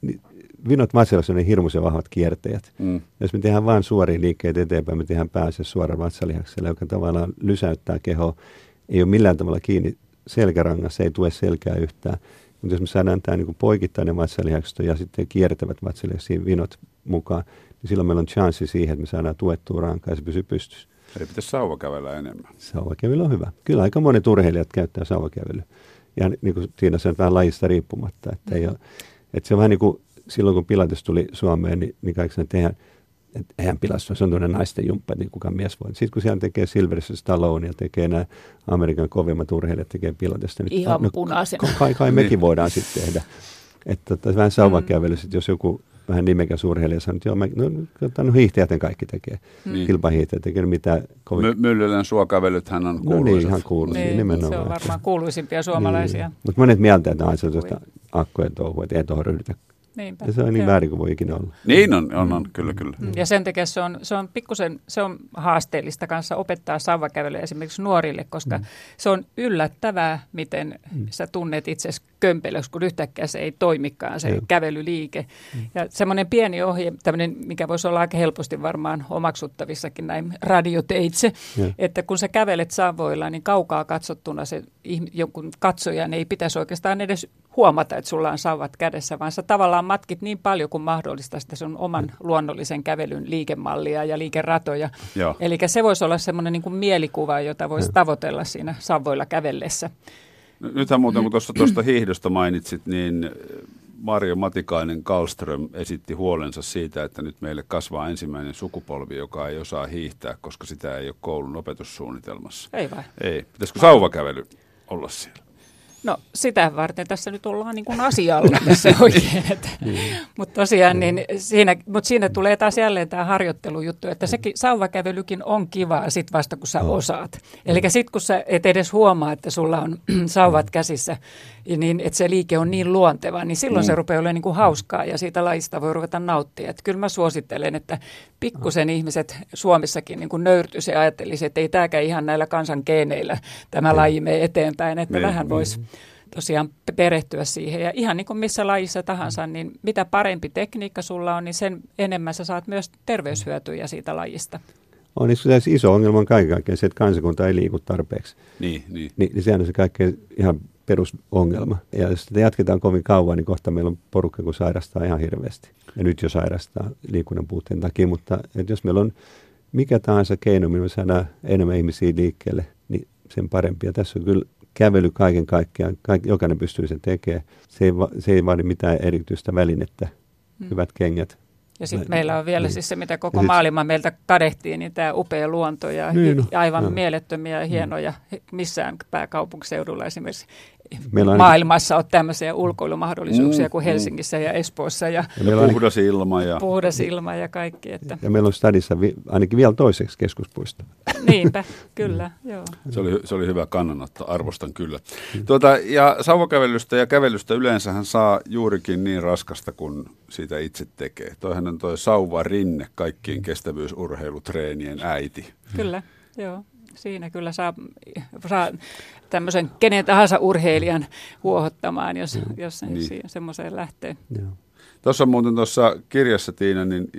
[SPEAKER 4] vinot vatsalihassa on ne hirmuisen vahvat kiertäjät. Mm. Jos me tehdään vain suoria liikkeitä eteenpäin, me tehdään pääasiassa suoraan vatsalihaksella, joka tavallaan lysäyttää kehoa. Ei ole millään tavalla kiinni selkärangassa, ei tue selkää yhtään. Mutta jos me saadaan tämä niin poikittainen vatsalihakset ja sitten kiertävät vatsalihakset vinot mukaan, niin silloin meillä on chanssi siihen, että me saadaan tuettua rankaa ja se pysyy pystyssä.
[SPEAKER 2] Eli pitäisi sauvakävellä enemmän.
[SPEAKER 4] Sauvakävely on hyvä. Kyllä aika monet urheilijat käyttää sauvakävelyä. Ja niin kuin siinä se on vähän lajista riippumatta. Että, ei ole, että se on vähän niin kuin silloin, kun Pilates tuli Suomeen, niin, niin kaikki tehdään, että eihän Pilates, se on tuollainen naisten jumppa, niin kukaan mies voi. Sitten kun siellä tekee Sylvester Stallone ja tekee nämä Amerikan kovimmat urheilijat, tekee Pilatesta, niin
[SPEAKER 3] ihan no, punaisen.
[SPEAKER 4] Kai, kai mekin voidaan sitten tehdä. Että tota, vähän sauvakävely, mm. jos joku vähän nimekäs urheilija sanoo, että joo, mä, no, no hiihtäjät kaikki tekee. Mm. Kilpahiihtäjät tekee mitään kovin.
[SPEAKER 2] My, Myllylän suokavävythän on kuuluisat.
[SPEAKER 4] No niin, ihan kuuluisia niin, nimenomaan.
[SPEAKER 3] Se on varmaan kuuluisimpia suomalaisia.
[SPEAKER 4] Niin. Mutta monet mieltä, että on sellaista akkojen touhua, että ei tuohon ryhdytä.
[SPEAKER 3] Niinpä.
[SPEAKER 4] Ja se on niin väärin kuin voi ikinä olla.
[SPEAKER 2] Niin on, on, on kyllä, kyllä.
[SPEAKER 3] Ja sen takia se on, se on pikkusen, se on haasteellista kanssa opettaa sauvakävelyä esimerkiksi nuorille, koska mm. se on yllättävää, miten mm. sä tunnet itsesi kömpelöksi, kun yhtäkkiä se ei toimikaan, se mm. kävelyliike. Mm. Ja semmoinen pieni ohje, tämmöinen, mikä voisi olla aika helposti varmaan omaksuttavissakin näin radioteitse, mm. että kun sä kävelet sauvoilla, niin kaukaa katsottuna se jonkun katsojan ei pitäisi oikeastaan edes huomata, että sulla on sauvat kädessä, vaan sä tavallaan matkit niin paljon kuin mahdollista sitä sun oman mm. luonnollisen kävelyn liikemallia ja liikeratoja. Eli se voisi olla semmoinen niin kuin mielikuva, jota voisi mm. tavoitella siinä sauvoilla kävellessä.
[SPEAKER 2] Nythän muuten, kun tuosta, tuosta hiihdosta mainitsit, niin Marjo Matikainen Karlström esitti huolensa siitä, että nyt meille kasvaa ensimmäinen sukupolvi, joka ei osaa hiihtää, koska sitä ei ole koulun opetussuunnitelmassa.
[SPEAKER 3] Ei vai?
[SPEAKER 2] Ei. Pitäisikö sauvakävely olla siellä?
[SPEAKER 3] No sitä varten tässä nyt ollaan niin kuin asialla tässä oikein. Mutta tosiaan niin siinä, mut siinä tulee taas jälleen tämä harjoittelujuttu, että sekin sauvakävelykin on kivaa sit vasta kun sä osaat. Eli sit kun sä et edes huomaa, että sulla on sauvat käsissä, niin että se liike on niin luonteva, niin silloin se rupeaa olemaan niin kuin hauskaa ja siitä lajista voi ruveta nauttia. Et kyllä mä suosittelen, että pikkusen ihmiset Suomessakin niin kuin nöyrtyisi ja ajattelisi, että ei tämäkään ihan näillä kansan geeneillä tämä laji mene eteenpäin, että vähän voisi tosiaan perehtyä siihen. Ja ihan niin kuin missä lajissa tahansa, niin mitä parempi tekniikka sulla on, niin sen enemmän sä saat myös terveyshyötyjä siitä lajista.
[SPEAKER 4] On se iso ongelma on kaiken kaikkiaan se, että kansakunta ei liiku tarpeeksi.
[SPEAKER 2] Niin, niin.
[SPEAKER 4] Ni, niin sehän on se kaikkein ihan perusongelma. Ja jos sitä jatketaan kovin kauan, niin kohta meillä on porukka, kun sairastaa ihan hirveästi. Ja nyt jo sairastaa liikunnan puutteen takia, mutta että jos meillä on mikä tahansa keino, millä me saadaan enemmän ihmisiä liikkeelle, niin sen parempi. Ja tässä on kyllä kävely kaiken kaikkiaan, kaik, jokainen pystyy sen tekemään. Se ei, va, se ei vaadi mitään erityistä välinettä, hmm. hyvät kengät.
[SPEAKER 3] Ja sitten meillä on vielä niin. siis se, mitä koko maailma meiltä kadehtii, niin tämä upea luonto ja
[SPEAKER 4] niin, no,
[SPEAKER 3] aivan
[SPEAKER 4] no.
[SPEAKER 3] mielettömiä ja hienoja missään pääkaupunkiseudulla esimerkiksi.
[SPEAKER 4] Meillä
[SPEAKER 3] maailmassa on tämmöisiä ulkoilumahdollisuuksia mm, kuin Helsingissä mm. ja Espoossa. Ja,
[SPEAKER 2] ja puhdas ilma. Ja,
[SPEAKER 3] puhdas ilma ja kaikki. Että.
[SPEAKER 4] Ja meillä on stadissa vi, ainakin vielä toiseksi keskuspuisto.
[SPEAKER 3] Niinpä, kyllä. Joo.
[SPEAKER 2] Se, oli, se oli hyvä kannanotto, arvostan kyllä. Mm. Tuota, ja sauvakävelystä ja kävelystä yleensähän saa juurikin niin raskasta kuin siitä itse tekee. Toihan on toi sauvarinne, kaikkien kestävyysurheilutreenien äiti.
[SPEAKER 3] Kyllä, joo. Siinä kyllä saa, saa tämmöisen kenen tahansa urheilijan huohottamaan, jos, mm. jos niin. semmoiseen lähtee. Joo.
[SPEAKER 2] Tuossa muuten tuossa kirjassa, Tiina, niin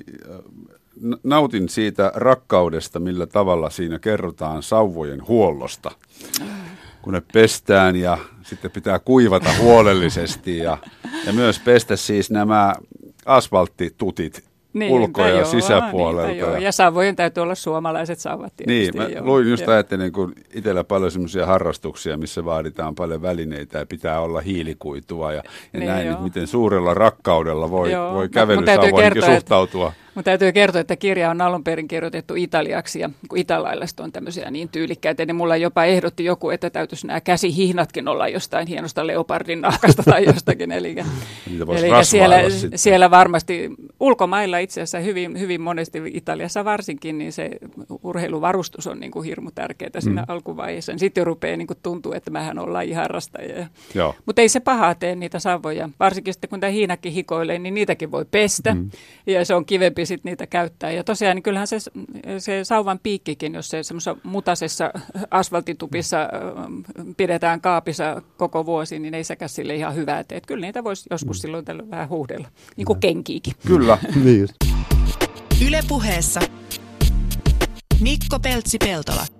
[SPEAKER 2] nautin siitä rakkaudesta, millä tavalla siinä kerrotaan sauvojen huollosta. Kun ne pestään ja sitten pitää kuivata huolellisesti ja, ja myös pestä siis nämä asfalttitutit. Niin, ulko- ja joo, sisäpuolelta.
[SPEAKER 3] Joo. Ja sauvojen täytyy olla suomalaiset sauvat tietysti.
[SPEAKER 2] Niin, mä joo, luin just ajattelin, kun itsellä paljon semmoisia harrastuksia, missä vaaditaan paljon välineitä ja pitää olla hiilikuitua ja, ja niin näin, että miten suurella rakkaudella voi, voi kävelysauvoinkin suhtautua.
[SPEAKER 3] Mutta täytyy kertoa, että kirja on alun perin kirjoitettu italiaksi ja kun italailaiset on tämmöisiä niin tyylikkäitä, niin mulla jopa ehdotti joku, että täytyisi nämä käsihihnatkin olla jostain hienosta leopardin nahkasta tai jostakin. Eli, eli siellä, siellä varmasti ulkomailla itse asiassa hyvin, hyvin monesti, Italiassa varsinkin, niin se urheiluvarustus on niin kuin hirmu tärkeää siinä mm. alkuvaiheessa. Sitten jo rupeaa niin kuin tuntuu, että mehän ollaan ihan harrastajia. Mutta ei se pahaa tee niitä sauvoja. Varsinkin sitten kun tämä hiinakin hikoilee, niin niitäkin voi pestä mm. ja se on kivempi sitten niitä käyttää. Ja tosiaan niin kyllähän se, se sauvan piikkikin, jos se semmoisessa mutasessa asfaltitupissa pidetään kaapissa koko vuosi, niin ei sekään sille ihan hyvää tee. Kyllä niitä voisi joskus mm. silloin tällöin vähän huuhdella, niin kuin kenkiikin.
[SPEAKER 2] Kyllä.
[SPEAKER 1] Yle Puheessa Mikko Peltsi-Peltola.